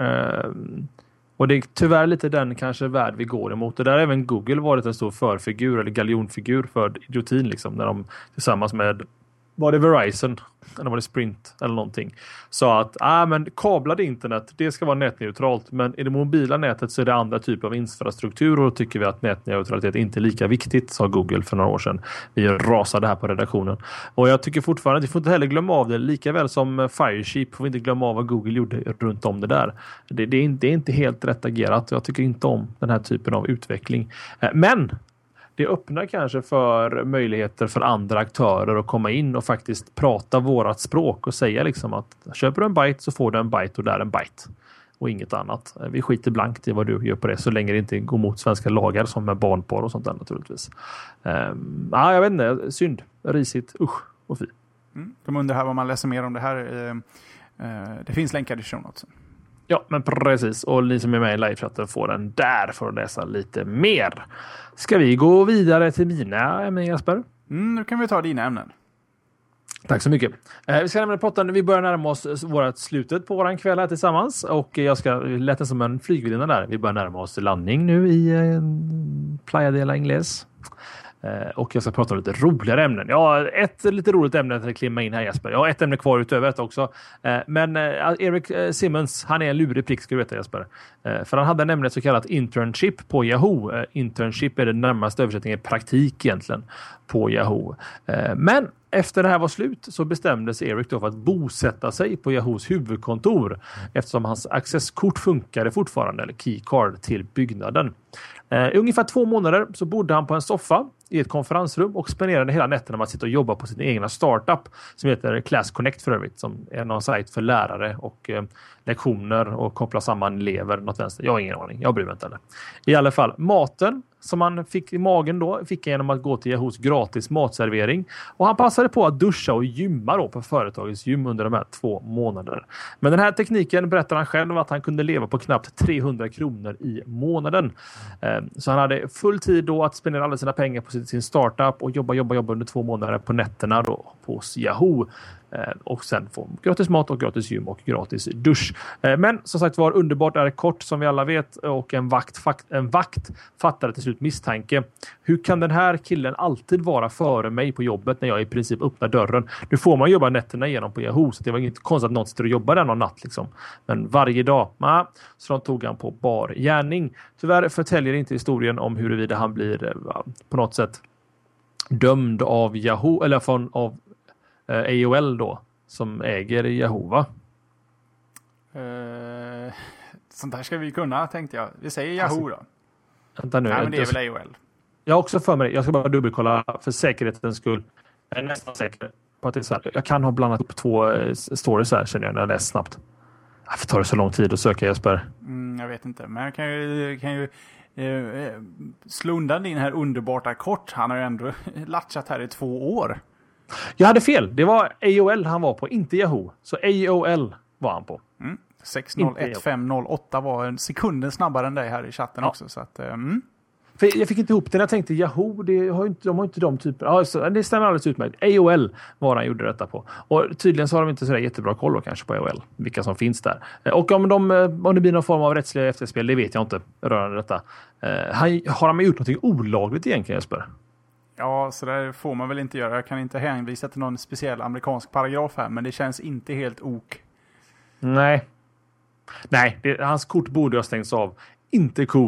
Och det är tyvärr lite den kanske värld vi går emot. Och där har även Google varit en stor förfigur eller galjonfigur för idiotin liksom. När de tillsammans med, var det Verizon eller var det Sprint eller någonting, sa att ah, men kablade internet, det ska vara nätneutralt, men i det mobila nätet så är det andra typer av infrastruktur, och då tycker vi att nätneutralitet inte är lika viktigt, sa Google för några år sedan. Vi rasade här på redaktionen. Och jag tycker fortfarande att vi får inte heller glömma av det, lika väl som Firesheep får vi inte glömma av vad Google gjorde runt om det där. Det, det, är, inte, det är inte helt rätt agerat. Jag tycker inte om den här typen av utveckling. Men det öppnar kanske för möjligheter för andra aktörer att komma in och faktiskt prata vårat språk och säga liksom att köper du en byte så får du en byte och där en byte och inget annat. Vi skiter blankt i vad du gör på det så länge det inte går mot svenska lagar som med barnporr och sånt där naturligtvis. Um, ah, jag vet inte, synd, risigt, usch och fy. Mm. De undrar här vad man läser mer om det här. Uh, uh, det finns länkar i show notes. Ja, men precis. Och ni som är med i livechatten får den där för att läsa lite mer. Ska vi gå vidare till mina ämnen, Jesper? Mm, nu kan vi ta dina ämnen. Tack så mycket. Eh, vi ska nämligen prata när vi börjar närma oss vårat slutet på våran kväll här tillsammans. Och jag ska lätta som en flygvärdinna där. Vi börjar närma oss landning nu i eh, Playa de la Ingles. Eh, och jag ska prata om lite roligare ämnen. Jag har ett lite roligt ämne att klimma in här, Jesper. Jag har ett ämne kvar utöver detta också. Eh, men eh, Eric eh, Simmons, han är en lurig prick, ska du veta, Jesper. Eh, för han hade nämligen ett så kallat internship på Yahoo. Eh, internship är den närmaste översättningen, praktik egentligen, på Yahoo. Eh, men efter det här var slut så bestämde sig Eric då för att bosätta sig på Yahoos huvudkontor eftersom hans accesskort funkade fortfarande, eller keycard, till byggnaden. Uh, I ungefär två månader så bodde han på en soffa i ett konferensrum och spenderade hela nätterna med att sitta och jobba på sin egna startup som heter Class Connect för övrigt, som är någon sajt för lärare och uh, lektioner och koppla samman elever något vänster. Jag har ingen aning, jag bryr mig inte heller. I alla fall, maten som han fick i magen då fick han genom att gå till Yahoos gratis matservering, och han passade på att duscha och gymma då på företagets gym under de här två månaderna. Men den här tekniken berättar han själv att han kunde leva på knappt trehundra kronor i månaden. Så han hade full tid då att spendera alla sina pengar på sin startup och jobba, jobba, jobba under två månader på nätterna då på Yahoo. Och sen få gratis mat och gratis gym och gratis dusch. Men som sagt var, underbart är kort som vi alla vet, och en vakt, en vakt fattade till slut misstanke. Hur kan den här killen alltid vara före mig på jobbet när jag i princip öppnar dörren? Nu får man jobba nätterna igenom på Yahoo, så det var inte konstigt att någon sitter och jobbar där någon natt liksom. Men varje dag, nah, så de tog han på bar gärning. Tyvärr förtäljer inte historien om huruvida han blir på något sätt dömd av Yahoo eller från av A O L då, som äger Yahoo, va? Uh, sånt här ska vi kunna, tänkte jag. Vi säger Yahoo alltså, då. Vänta nu. Nej, men det är väl A O L. Jag har också för mig, jag ska bara dubbelkolla för säkerhetens skull. Jag är nästan säker på att det är så här. Jag kan ha blandat upp två stories här, känner jag, när jag läser snabbt. Varför tar det så lång tid att söka, Jesper? Mm, jag vet inte, men jag kan ju, kan ju eh, slå undan din här underbara kort. Han har ju ändå latchat här i två år. Jag hade fel. Det var A O L han var på, inte Yahoo. Så A O L var han på. Mm. sex noll ett fem noll åtta var en sekund snabbare än dig här i chatten ja. också. Så att, mm. För jag fick inte ihop det när jag tänkte Yahoo, det har inte, de har inte de typer. Ja, så det stämmer alldeles utmärkt. A O L var han gjorde detta på. Och tydligen så har de inte så jättebra koll då, kanske på A O L, vilka som finns där. Och om, de, om det blir någon form av rättsliga efterspel, det vet jag inte rörande detta. Han, har han gjort något olagligt egentligen, Jesper? Ja, så där får man väl inte göra. Jag kan inte hänvisa till någon speciell amerikansk paragraf här, men det känns inte helt ok. Nej. Nej, det, hans kort borde ha stängts av. Inte cool.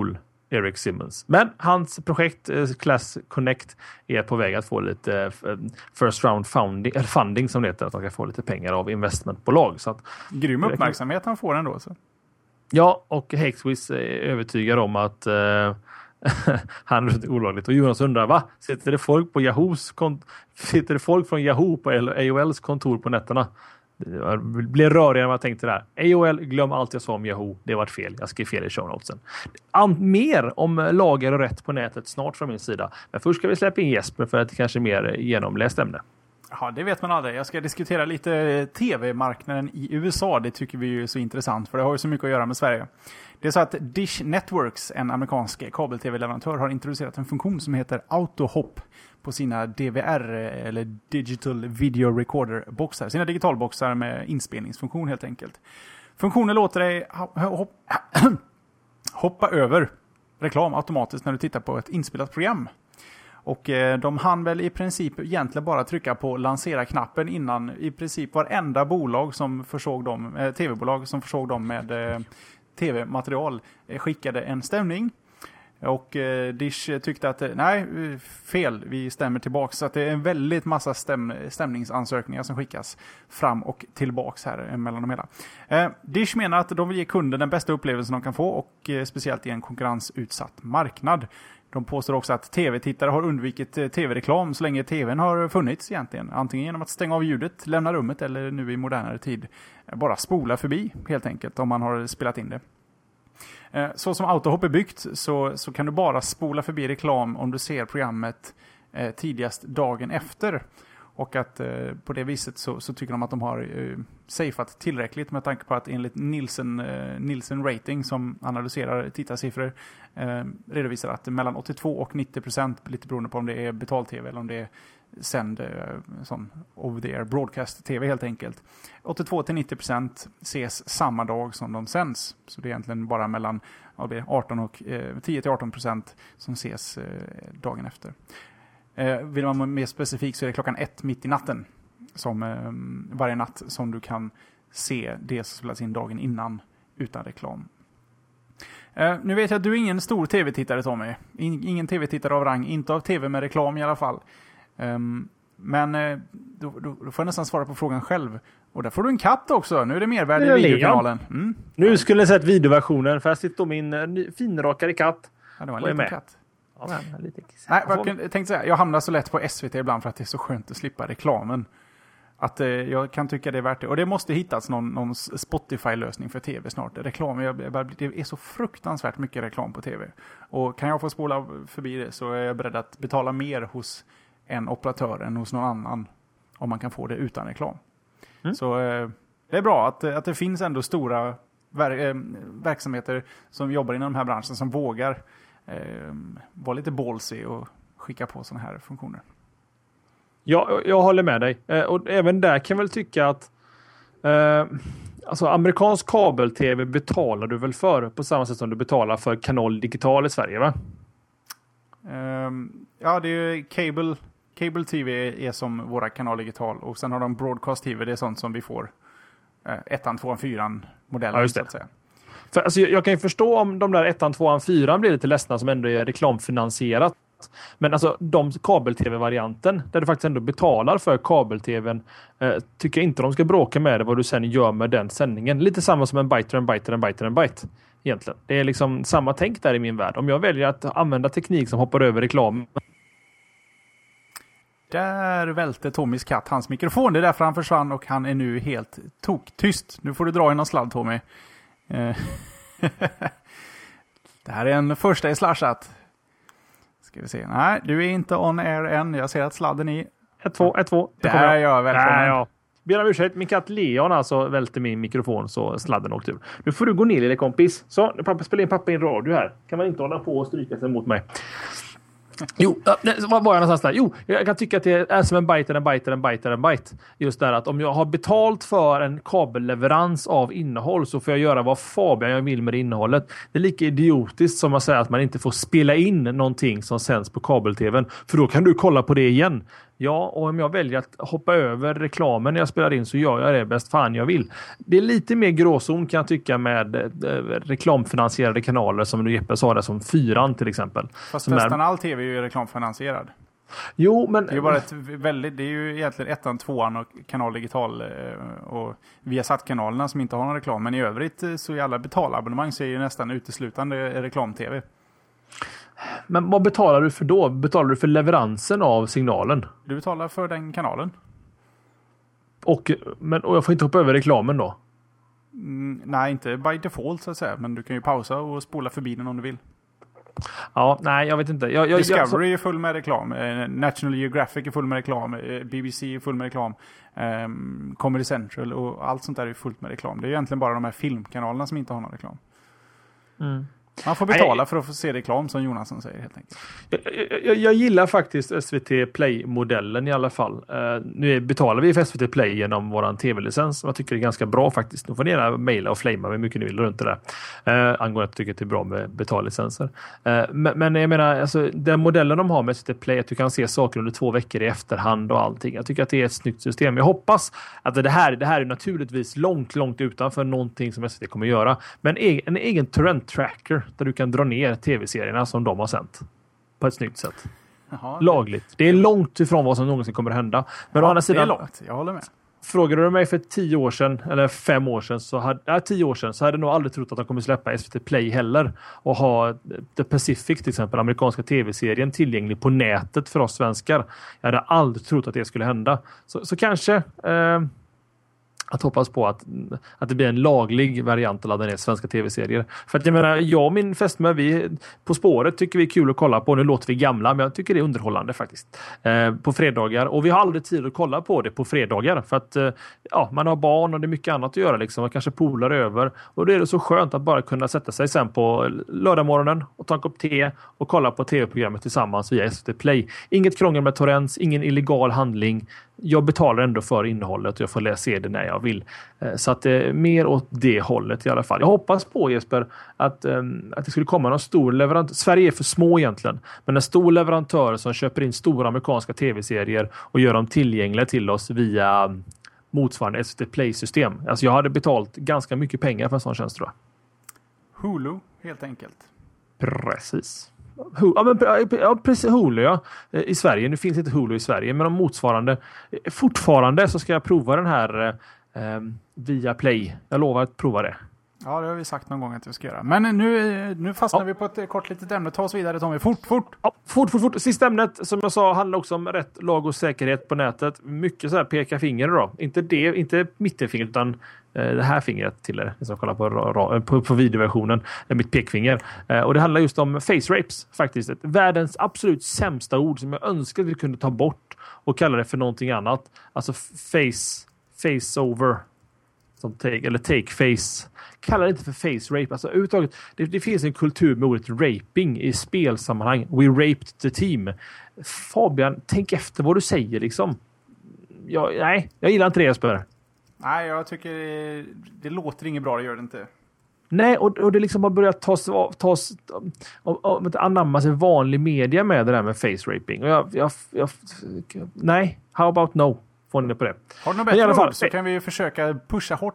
Eric Simmons. Men hans projekt eh, Class Connect är på väg att få lite eh, first round funding, eller funding som det heter, att han ska få lite pengar av investmentbolag. Så att, grym uppmärksamhet han får ändå. Så. Ja, och Hexwiz är övertygad om att eh, han är olagligt. Och Jonas undrar, va? Sitter det folk på Yahoos kont- sitter det folk från Yahoo på A O L:s kontor på nätterna? Det blir rörigare än vad jag tänkte där. A O L, glöm allt jag sa om Yahoo. Det var fel. Jag skrev fel i show notesen. Mer om lagar och rätt på nätet snart från min sida. Men först ska vi släppa in Jesper för att det kanske är mer genomläst ämne. Ja, det vet man aldrig. Jag ska diskutera lite tv-marknaden i U S A. Det tycker vi är så intressant, för det har ju så mycket att göra med Sverige. Det är så att Dish Networks, en amerikansk kabel-tv-leverantör, har introducerat en funktion som heter AutoHop på sina D V R eller Digital Video Recorder-boxar. Sina digitalboxar med inspelningsfunktion helt enkelt. Funktionen låter dig hop- hoppa över reklam automatiskt när du tittar på ett inspelat program. Och eh, de hann väl i princip egentligen bara trycka på lansera-knappen innan i princip varenda bolag som försåg dem, eh, tv-bolag som försåg dem med eh, tv-material eh, skickade en stämning. Och eh, Dish tyckte att nej, fel, vi stämmer tillbaka. Så att det är en väldigt massa stäm- stämningsansökningar som skickas fram och tillbaks här mellan de hela. Eh, Dish menar att de vill ge kunden den bästa upplevelsen de kan få, och eh, speciellt i en konkurrensutsatt marknad. De påstår också att tv-tittare har undvikit tv-reklam så länge tvn har funnits egentligen. Antingen genom att stänga av ljudet, lämna rummet, eller nu i modernare tid bara spola förbi helt enkelt om man har spelat in det. Så som AutoHop är byggt så, så kan du bara spola förbi reklam om du ser programmet eh, tidigast dagen efter. Och att eh, på det viset så, så tycker de att de har eh, safeat tillräckligt, med tanke på att enligt Nielsen, eh, Nielsen Rating som analyserar tittarsiffror eh, redovisar att mellan åttiotvå och nittio procent, lite beroende på om det är betalt-tv eller om det är sänd eh, sån over-the-air broadcast-tv helt enkelt. åttiotvå till nittio procent ses samma dag som de sänds. Så det är egentligen bara mellan ja, det är arton och, eh, tio till arton procent som ses eh, dagen efter. Eh, vill man vara mer specifik så är det klockan ett mitt i natten som eh, varje natt som du kan se det som spelas in dagen innan utan reklam. Eh, nu vet jag att du är ingen stor tv-tittare, Tommy. In, ingen tv-tittare av rang, inte av tv med reklam i alla fall. Um, men eh, då, då, då får jag nästan svara på frågan själv. Och där får du en katt också. Nu är det mervärde i videokanalen. Mm. Nu skulle jag sett videoversionen, för jag sitter min uh, finrakare katt. Ja, det var en liten katt. Ja, men, lite Nej, jag tänkte säga, jag hamnar så lätt på S V T ibland för att det är så skönt att slippa reklamen. Att eh, jag kan tycka det är värt det. Och det måste hittas någon, någon Spotify-lösning för tv snart. Reklam, jag, jag, det är så fruktansvärt mycket reklam på tv. Och kan jag få spola förbi det så är jag beredd att betala mer hos en operatör än hos någon annan om man kan få det utan reklam. Mm. Så eh, det är bra att, att det finns ändå stora ver- eh, verksamheter som jobbar inom den här branschen som vågar eh, vara lite ballsy och skicka på sådana här funktioner. Ja, jag håller med dig. Eh, och även där kan jag väl tycka att eh, alltså amerikansk kabel-tv betalar du väl för på samma sätt som du betalar för kanal digital i Sverige, va? Um, ja, det är ju cable, cable T V är som våra kanal digital, och sen har de broadcast T V, det är sånt som vi får eh, ettan, tvåan, fyran modellen, ja, just det. Så att säga. För, alltså, jag, jag kan ju förstå om de där ettan, tvåan, fyran blir lite ledsna som ändå är reklamfinansierat. Men alltså de kabel-tv-varianten där du faktiskt ändå betalar för kabel-tvn eh, tycker jag inte de ska bråka med det vad du sen gör med den sändningen. Lite samma som en byte, en byte, en byte, en byte. Egentligen. Det är liksom samma tänk där i min värld. Om jag väljer att använda teknik som hoppar över reklam. Där välte Tommys katt hans mikrofon. Det är därför han försvann och han är nu helt toktyst. Nu får du dra in någon sladd, Tommy. Eh. Det här är en första i slashat. Ska vi se. Nej, du är inte on air än. Jag ser att sladden är... ett två, ett två. Det här är jag, välkommen. Nej, ja. Ber om ursäkt, min katt Leon alltså välte min mikrofon så sladden åkte ur. Nu får du gå ner, lille kompis. Så, nu pappa spelar in pappa i en radio här. Kan man inte hålla på och stryka sig mot mig. Jo, vad var jag någonstans där? Jo, jag kan tycka att det är som en byte, en byte, en byte, en byte. Just där att om jag har betalt för en kabelleverans av innehåll så får jag göra vad Fabian jag vill med det innehållet. Det är lika idiotiskt som att säga att man inte får spela in någonting som sänds på kabel-tvn. För då kan du kolla på det igen. Ja, och om jag väljer att hoppa över reklamen när jag spelar in så gör jag det bäst fan jag vill. Det är lite mer gråzon kan jag tycka med eh, reklamfinansierade kanaler som du Jeppe sa där, som Fyran till exempel. Fast som nästan är... all tv är ju reklamfinansierad. Jo, men... Det är ju bara ett väldigt, det är ju egentligen ettan, tvåan och kanal digital och Viasat-kanalerna som inte har någon reklam. Men i övrigt så i alla betalabonnemang så är ju nästan uteslutande reklam-tv. Men vad betalar du för då? Betalar du för leveransen av signalen? Du betalar för den kanalen. Och, men, och jag får inte hoppa över reklamen då? Mm, nej, inte by default så att säga. Men du kan ju pausa och spola förbi den om du vill. Ja, nej, jag vet inte. Jag, jag, Discovery jag, är full med reklam. National Geographic är full med reklam. B B C är full med reklam. Um, Comedy Central och allt sånt där är fullt med reklam. Det är egentligen bara de här filmkanalerna som inte har någon reklam. Mm. Man får betala Nej. för att få se reklam, som Jonasson säger helt enkelt. Jag, jag, jag gillar faktiskt S V T Play-modellen i alla fall. Uh, nu betalar vi för S V T Play genom våran tv-licens. Jag tycker det är ganska bra faktiskt. Nu får ni gärna mejla och flamea hur mycket ni vill runt det där. Uh, angående att jag tycker att det är bra med betallicenser. Uh, men, men jag menar, alltså, den modellen de har med S V T Play, att du kan se saker under två veckor i efterhand och allting. Jag tycker att det är ett snyggt system. Jag hoppas att det här, det här är naturligtvis långt, långt utanför någonting som S V T kommer göra. Men en, en egen torrent-tracker där du kan dra ner tv-serierna som de har sänt på ett snyggt sätt. Jaha, lagligt. Det är långt ifrån vad som någonsin kommer hända. Men ja, å andra sidan, det är långt. Jag håller med. Frågade du mig för tio år sedan eller fem år sedan så hade, äh, tio år sedan så hade jag nog aldrig trott att de kommer släppa S V T Play heller och ha The Pacific till exempel, amerikanska tv-serien tillgänglig på nätet för oss svenskar. Jag hade aldrig trott att det skulle hända. Så, så kanske eh, att hoppas på att, att det blir en laglig variant att ladda ner svenska tv-serier. För att jag menar, jag och min fästmö, vi På spåret tycker vi är kul att kolla på. Nu låter vi gamla, men jag tycker det är underhållande faktiskt. Eh, på fredagar. Och vi har aldrig tid att kolla på det på fredagar. För att eh, ja, man har barn och det är mycket annat att göra liksom. Man kanske polar över. Och det är det så skönt att bara kunna sätta sig sen på lördagmorgonen och ta en kopp te och kolla på tv-programmet tillsammans via S V T Play. Inget krångel med torrents, ingen illegal handling. Jag betalar ändå för innehållet och jag får se det när jag vill. Så att det är mer åt det hållet i alla fall. Jag hoppas på, Jesper, att, um, att det skulle komma någon stor leverantör. Sverige är för små egentligen. Men en stor leverantör som köper in stora amerikanska tv-serier och gör dem tillgängliga till oss via um, motsvarande S V T Play-system. Alltså jag hade betalt ganska mycket pengar för en sån tjänst, tror jag. Hulu, helt enkelt. Precis. Ja, men, ja, precis, Hulu ja. I Sverige. Nu finns inte Hulu i Sverige, men om motsvarande fortfarande så ska jag prova den här eh, via Play. Jag lovar att prova det. Ja, det har vi sagt någon gång att vi ska göra. Men nu, nu fastnar ja. vi på ett kort litet ämne. Ta oss vidare, Tommy. Fort, fort! Ja, fort, fort, fort. Sista ämnet, som jag sa, handlar också om rätt lag och säkerhet på nätet. Mycket så här peka finger då. Inte det, inte mittenfingret, utan eh, det här fingret till er. Som kollar på, på, på videoversionen. Mitt pekfinger. Eh, och det handlar just om face rapes, faktiskt. Ett, världens absolut sämsta ord som jag önskar att vi kunde ta bort och kalla det för någonting annat. Alltså face, face over. Som take, eller take face. Kalla det inte för face rape. Alltså, överhuvudtaget, det, det finns en kultur med ordet raping i spelsammanhang. We raped the team. Fabian, tänk efter vad du säger liksom. Jag, nej, jag gillar inte det, Jesper. Nej, jag tycker det, det låter inget bra, det gör det inte. Nej, och, och det liksom har börjat tas, tas och, och, och anamma sig vanlig media med det där med face raping. Och jag, jag, jag, nej, how about no? Får ni på det. Har du något bättre ord så kan vi ju försöka pusha hårt.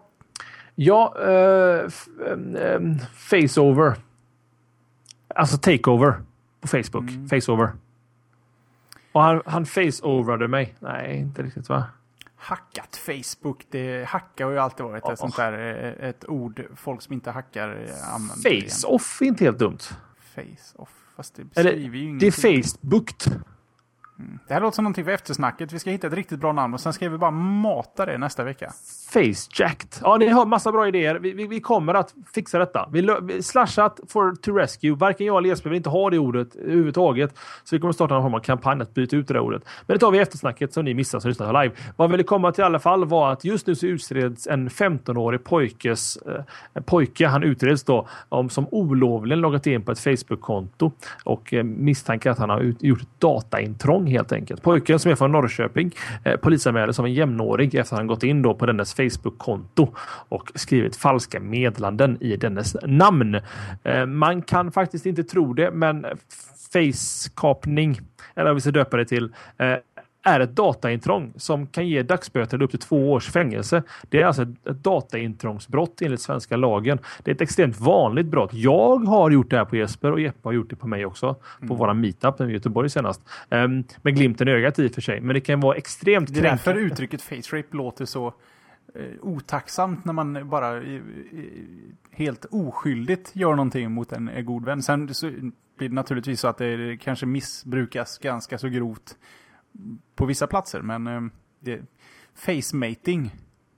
Ja, uh, f- um, face over. Alltså takeover på Facebook. Mm. Face over. Och han, han face-overade mig. Nej, inte riktigt, va? Hackat Facebook. Det hackar har ju alltid varit oh. ett sånt där ett ord folk som inte hackar använder. Face-off är inte helt dumt. Face-off. Fast det beskriver Eller, ju ingenting. det är Facebook. Mm. Det här låter som någonting för eftersnacket. Vi ska hitta ett riktigt bra namn och sen ska vi bara mata det nästa vecka. Facejacked. Ja, ni har massa bra idéer. Vi, vi, vi kommer att fixa detta. Vi, vi slashat for to rescue. Varken jag eller Jesper vill inte ha det ordet överhuvudtaget. Så vi kommer starta någon form av kampanj att byta ut det där ordet. Men det tar vi i eftersnacket som ni missar som lyssnar live. Vad vi ville komma till i alla fall var att just nu så utreds en femton-årig pojkes eh, pojke. Han utreds då om som olovligen loggat in på ett Facebook-konto och eh, misstänker att han har ut, gjort ett dataintrång helt enkelt. Pojken som är från Norrköping eh, polisanmäldes som en jämnårig efter att han gått in då på dennes Facebook-konto och skrivit falska meddelanden i dennes namn. Eh, man kan faktiskt inte tro det, men face-kapning, eller vad vi ska döpa det till, eh, är ett dataintrång som kan ge dagsböter upp till två års fängelse. Det är alltså ett, ett dataintrångsbrott enligt svenska lagen. Det är ett extremt vanligt brott. Jag har gjort det här på Jesper och Jeppe har gjort det på mig också. Mm. På våra meetup i Göteborg senast. Um, med glimten i ögat i och för sig. Men det kan vara extremt kränkande. Det är därför uttrycket face rape låter så eh, otacksamt när man bara eh, helt oskyldigt gör någonting mot en eh, god vän. Sen så blir det naturligtvis så att det kanske missbrukas ganska så grovt på vissa platser. Men eh, det, face mating.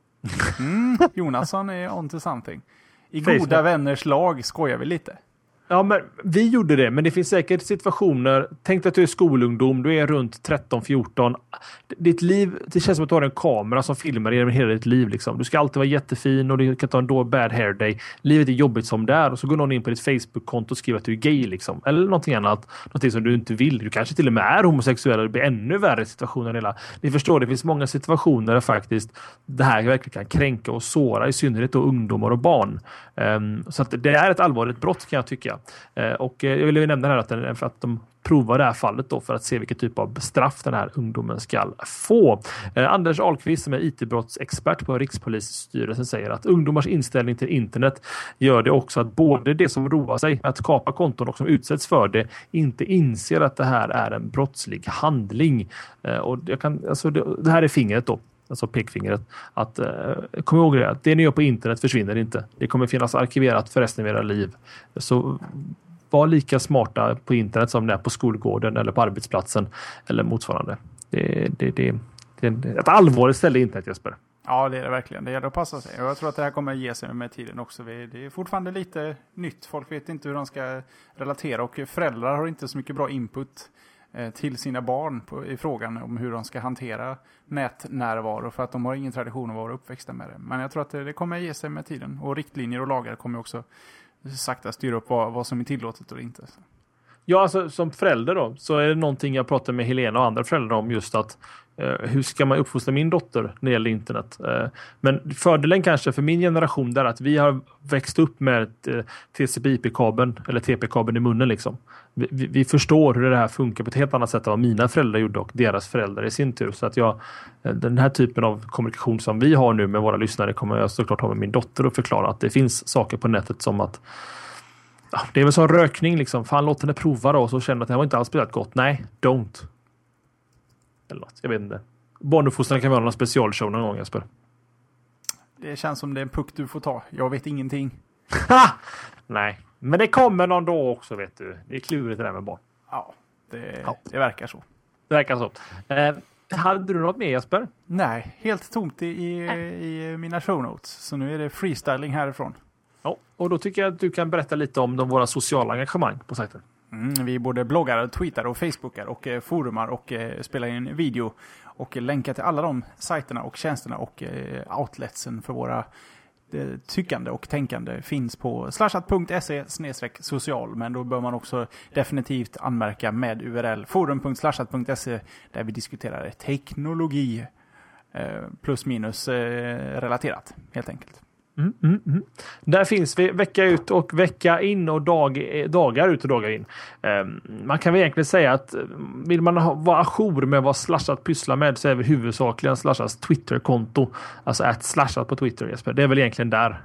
Mm, Jonasson är on to something. I goda Facebook. Vänners lag skojar vi lite. Ja, men vi gjorde det. Men det finns säkert situationer. Tänk att du är skolungdom. Du är runt tretton fjorton. Ditt liv, det känns som att du har en kamera som filmar genom hela ditt liv. Liksom. Du ska alltid vara jättefin och du kan ta en då bad hair day. Livet är jobbigt som det är. Och så går någon in på ditt Facebook-konto och skriver att du är gay. Liksom. Eller någonting annat. Någonting som du inte vill. Du kanske till och med är homosexuell. Det blir ännu värre situationer. Hela. Ni förstår, det finns många situationer där faktiskt det här verkligen kan kränka och såra. I synnerhet då ungdomar och barn. Um, så att det är ett allvarligt brott kan jag tycka. Uh, och uh, jag vill ju nämna här att, den, för att de provar det här fallet då för att se vilken typ av straff den här ungdomen ska få. Uh, Anders Ahlqvist som är I T-brottsexpert på Rikspolisstyrelsen säger att ungdomars inställning till internet gör det också att både det som roar sig att kapa konton och som utsätts för det inte inser att det här är en brottslig handling. Uh, och jag kan, alltså det, det här är fingret då. Alltså pekfingret, att eh, kom ihåg det, att det ni gör på internet försvinner inte. Det kommer finnas arkiverat för resten av era liv. Så var lika smarta på internet som det är på skolgården eller på arbetsplatsen eller motsvarande. Det, det, det, det är ett allvarligt ställe internet, Jesper. Ja, det är det verkligen. Det gäller att passa sig. Och jag tror att det här kommer att ge sig med tiden också. Det är fortfarande lite nytt. Folk vet inte hur de ska relatera och föräldrar har inte så mycket bra input till sina barn på, i frågan om hur de ska hantera nätnärvaro för att de har ingen tradition att vara uppväxta med det. Men jag tror att det, det kommer att ge sig med tiden och riktlinjer och lagar kommer också sakta styra upp vad, vad som är tillåtet och inte. Så. Ja, alltså som förälder då så är det någonting jag pratar med Helena och andra föräldrar om just att eh, hur ska man uppfostra min dotter när det gäller internet. Eh, men fördelen kanske för min generation där att vi har växt upp med eh, T C P I P-kabeln eller T P-kabeln i munnen liksom. Vi, vi, vi förstår hur det här funkar på ett helt annat sätt än vad mina föräldrar gjorde och deras föräldrar i sin tur. Så att jag, den här typen av kommunikation som vi har nu med våra lyssnare kommer jag såklart ha med min dotter och förklara att det finns saker på nätet som att ja, det är väl som rökning liksom. Fan, låt henne prova då och så känner att det här var inte alls speciellt gott. Nej, don't. Eller något, jag vet inte. Barnuppfostran kan vara någon specialshow någon gång, Jesper. Det känns som det är en puck du får ta. Jag vet ingenting. Ha! Nej, men det kommer någon då också, vet du. Det är klurigt det där med barn. Ja, det, ja. det verkar så. Det verkar så. Eh, hade du något med, Jesper? Nej, helt tomt i, i, i mina show notes. Så nu är det freestyling härifrån. Ja, och då tycker jag att du kan berätta lite om de våra sociala engagemang på sajten. Mm, vi både bloggar, tweetar och facebookar och eh, forumar och eh, spelar in video och eh, länkar till alla de sajterna och tjänsterna och eh, outletsen för våra eh, tyckande och tänkande finns på slashat punkt se snedstreck social, men då bör man också definitivt anmärka med U R L forum punkt slashat punkt se där vi diskuterar teknologi eh, plus minus eh, relaterat helt enkelt. Mm, mm, mm. Där finns vi vecka ut och vecka in och dag, dagar ut och dagar in. Um, man kan väl egentligen säga att vill man ha, vara ajour med vad Slashat pysslar med så är vi huvudsakligen Slashats Twitter-konto. Alltså att Slashat på Twitter, Jesper. Det är väl egentligen där.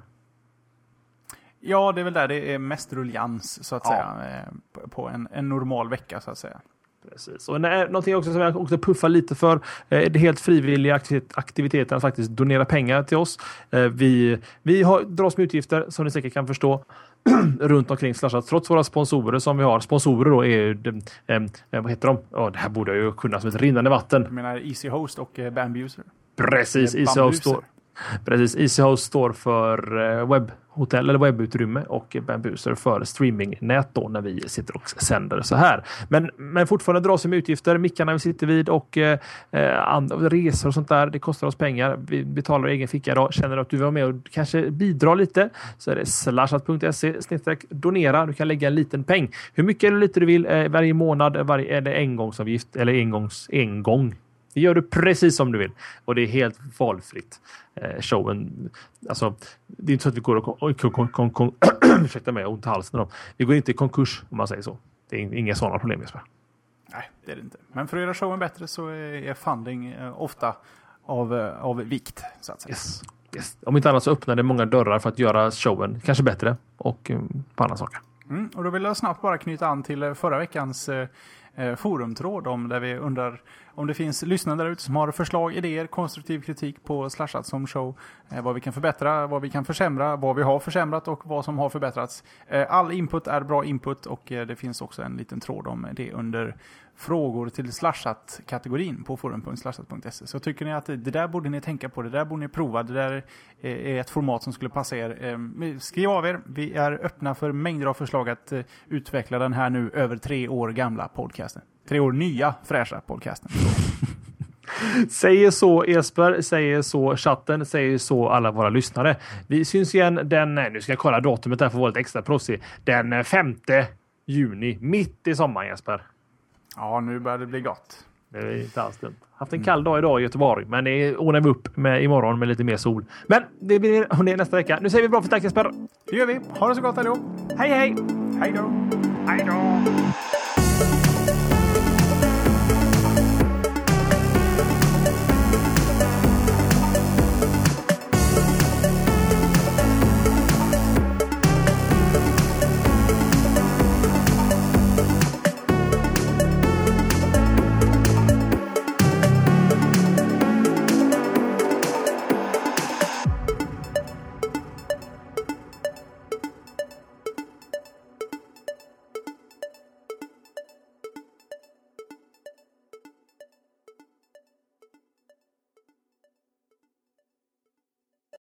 Ja, det är väl där det är mest rullians så att ja. säga på en, en normal vecka så att säga. Precis. Och när, någonting också som jag också puffar lite för eh, det helt frivilliga aktivit- aktiviteten att faktiskt donera pengar till oss. Eh, vi vi har, dras med utgifter som ni säkert kan förstå runt omkring Slashat trots våra sponsorer som vi har. Sponsorer då är ju eh, eh, vad heter de? Oh, det här borde jag ju kunna som ett rinnande vatten. Jag menar EasyHost och eh, Bambuser. Precis, EasyHost står. Precis, EasyHost står för eh, webbhotell eller webbutrymme och Bambuser för streamingnät då när vi sitter och sänder så här. Men, men fortfarande dras med utgifter, mickarna vi sitter vid och eh, andra resor och sånt där. Det kostar oss pengar. Vi betalar egen ficka idag. Känner du att du vill vara med och kanske bidra lite så är det slashat punkt se snedstreck donera. Du kan lägga en liten peng. Hur mycket eller lite du vill eh, varje månad varje, är det engångsavgift eller engångs en gång. Det gör du precis som du vill. Och det är helt valfritt. Eh, showen, alltså, det är inte så att vi går och kon, kon, kon, kon, ursäkta mig, ont i halsen då. Vi går inte i konkurs om man säger så. Det är inga sådana problem, Jesper. Nej, det är det inte. Men för att göra showen bättre så är funding ofta av, av vikt, så att säga. Yes. Yes. Om inte annat så öppnar det många dörrar för att göra showen kanske bättre och um, på andra saker. Mm, och då vill jag snabbt bara knyta an till förra veckans eh, forumtråd om där vi undrar om det finns lyssnare där ute som har förslag, idéer, konstruktiv kritik på Slashat som show. Eh, vad vi kan förbättra, vad vi kan försämra, vad vi har försämrat och vad som har förbättrats. Eh, all input är bra input och eh, det finns också en liten tråd om det under frågor till Slashat-kategorin på forum punkt slashat punkt se. Så tycker ni att det där borde ni tänka på, det där borde ni prova, det där är ett format som skulle passa er. Skriv av er, vi är öppna för mängder av förslag att utveckla den här nu över tre år gamla podcasten. Tre år nya, fräscha podcasten. Säger så Esper, säger så chatten, säger så alla våra lyssnare. Vi syns igen den, nu ska jag kolla datumet här för att vara lite extra proffsig, den femte juni, mitt i sommaren Jesper. Ja, nu börjar det bli gott. Det är inte alls dumt. Haft en kall dag idag i Göteborg, men det ordnar vi upp med imorgon med lite mer sol. Men det blir det nästa vecka. Nu säger vi bra för tack Jesper. Det gör vi. Ha det så gott allihop. Hej hej! Hej då! Hej då!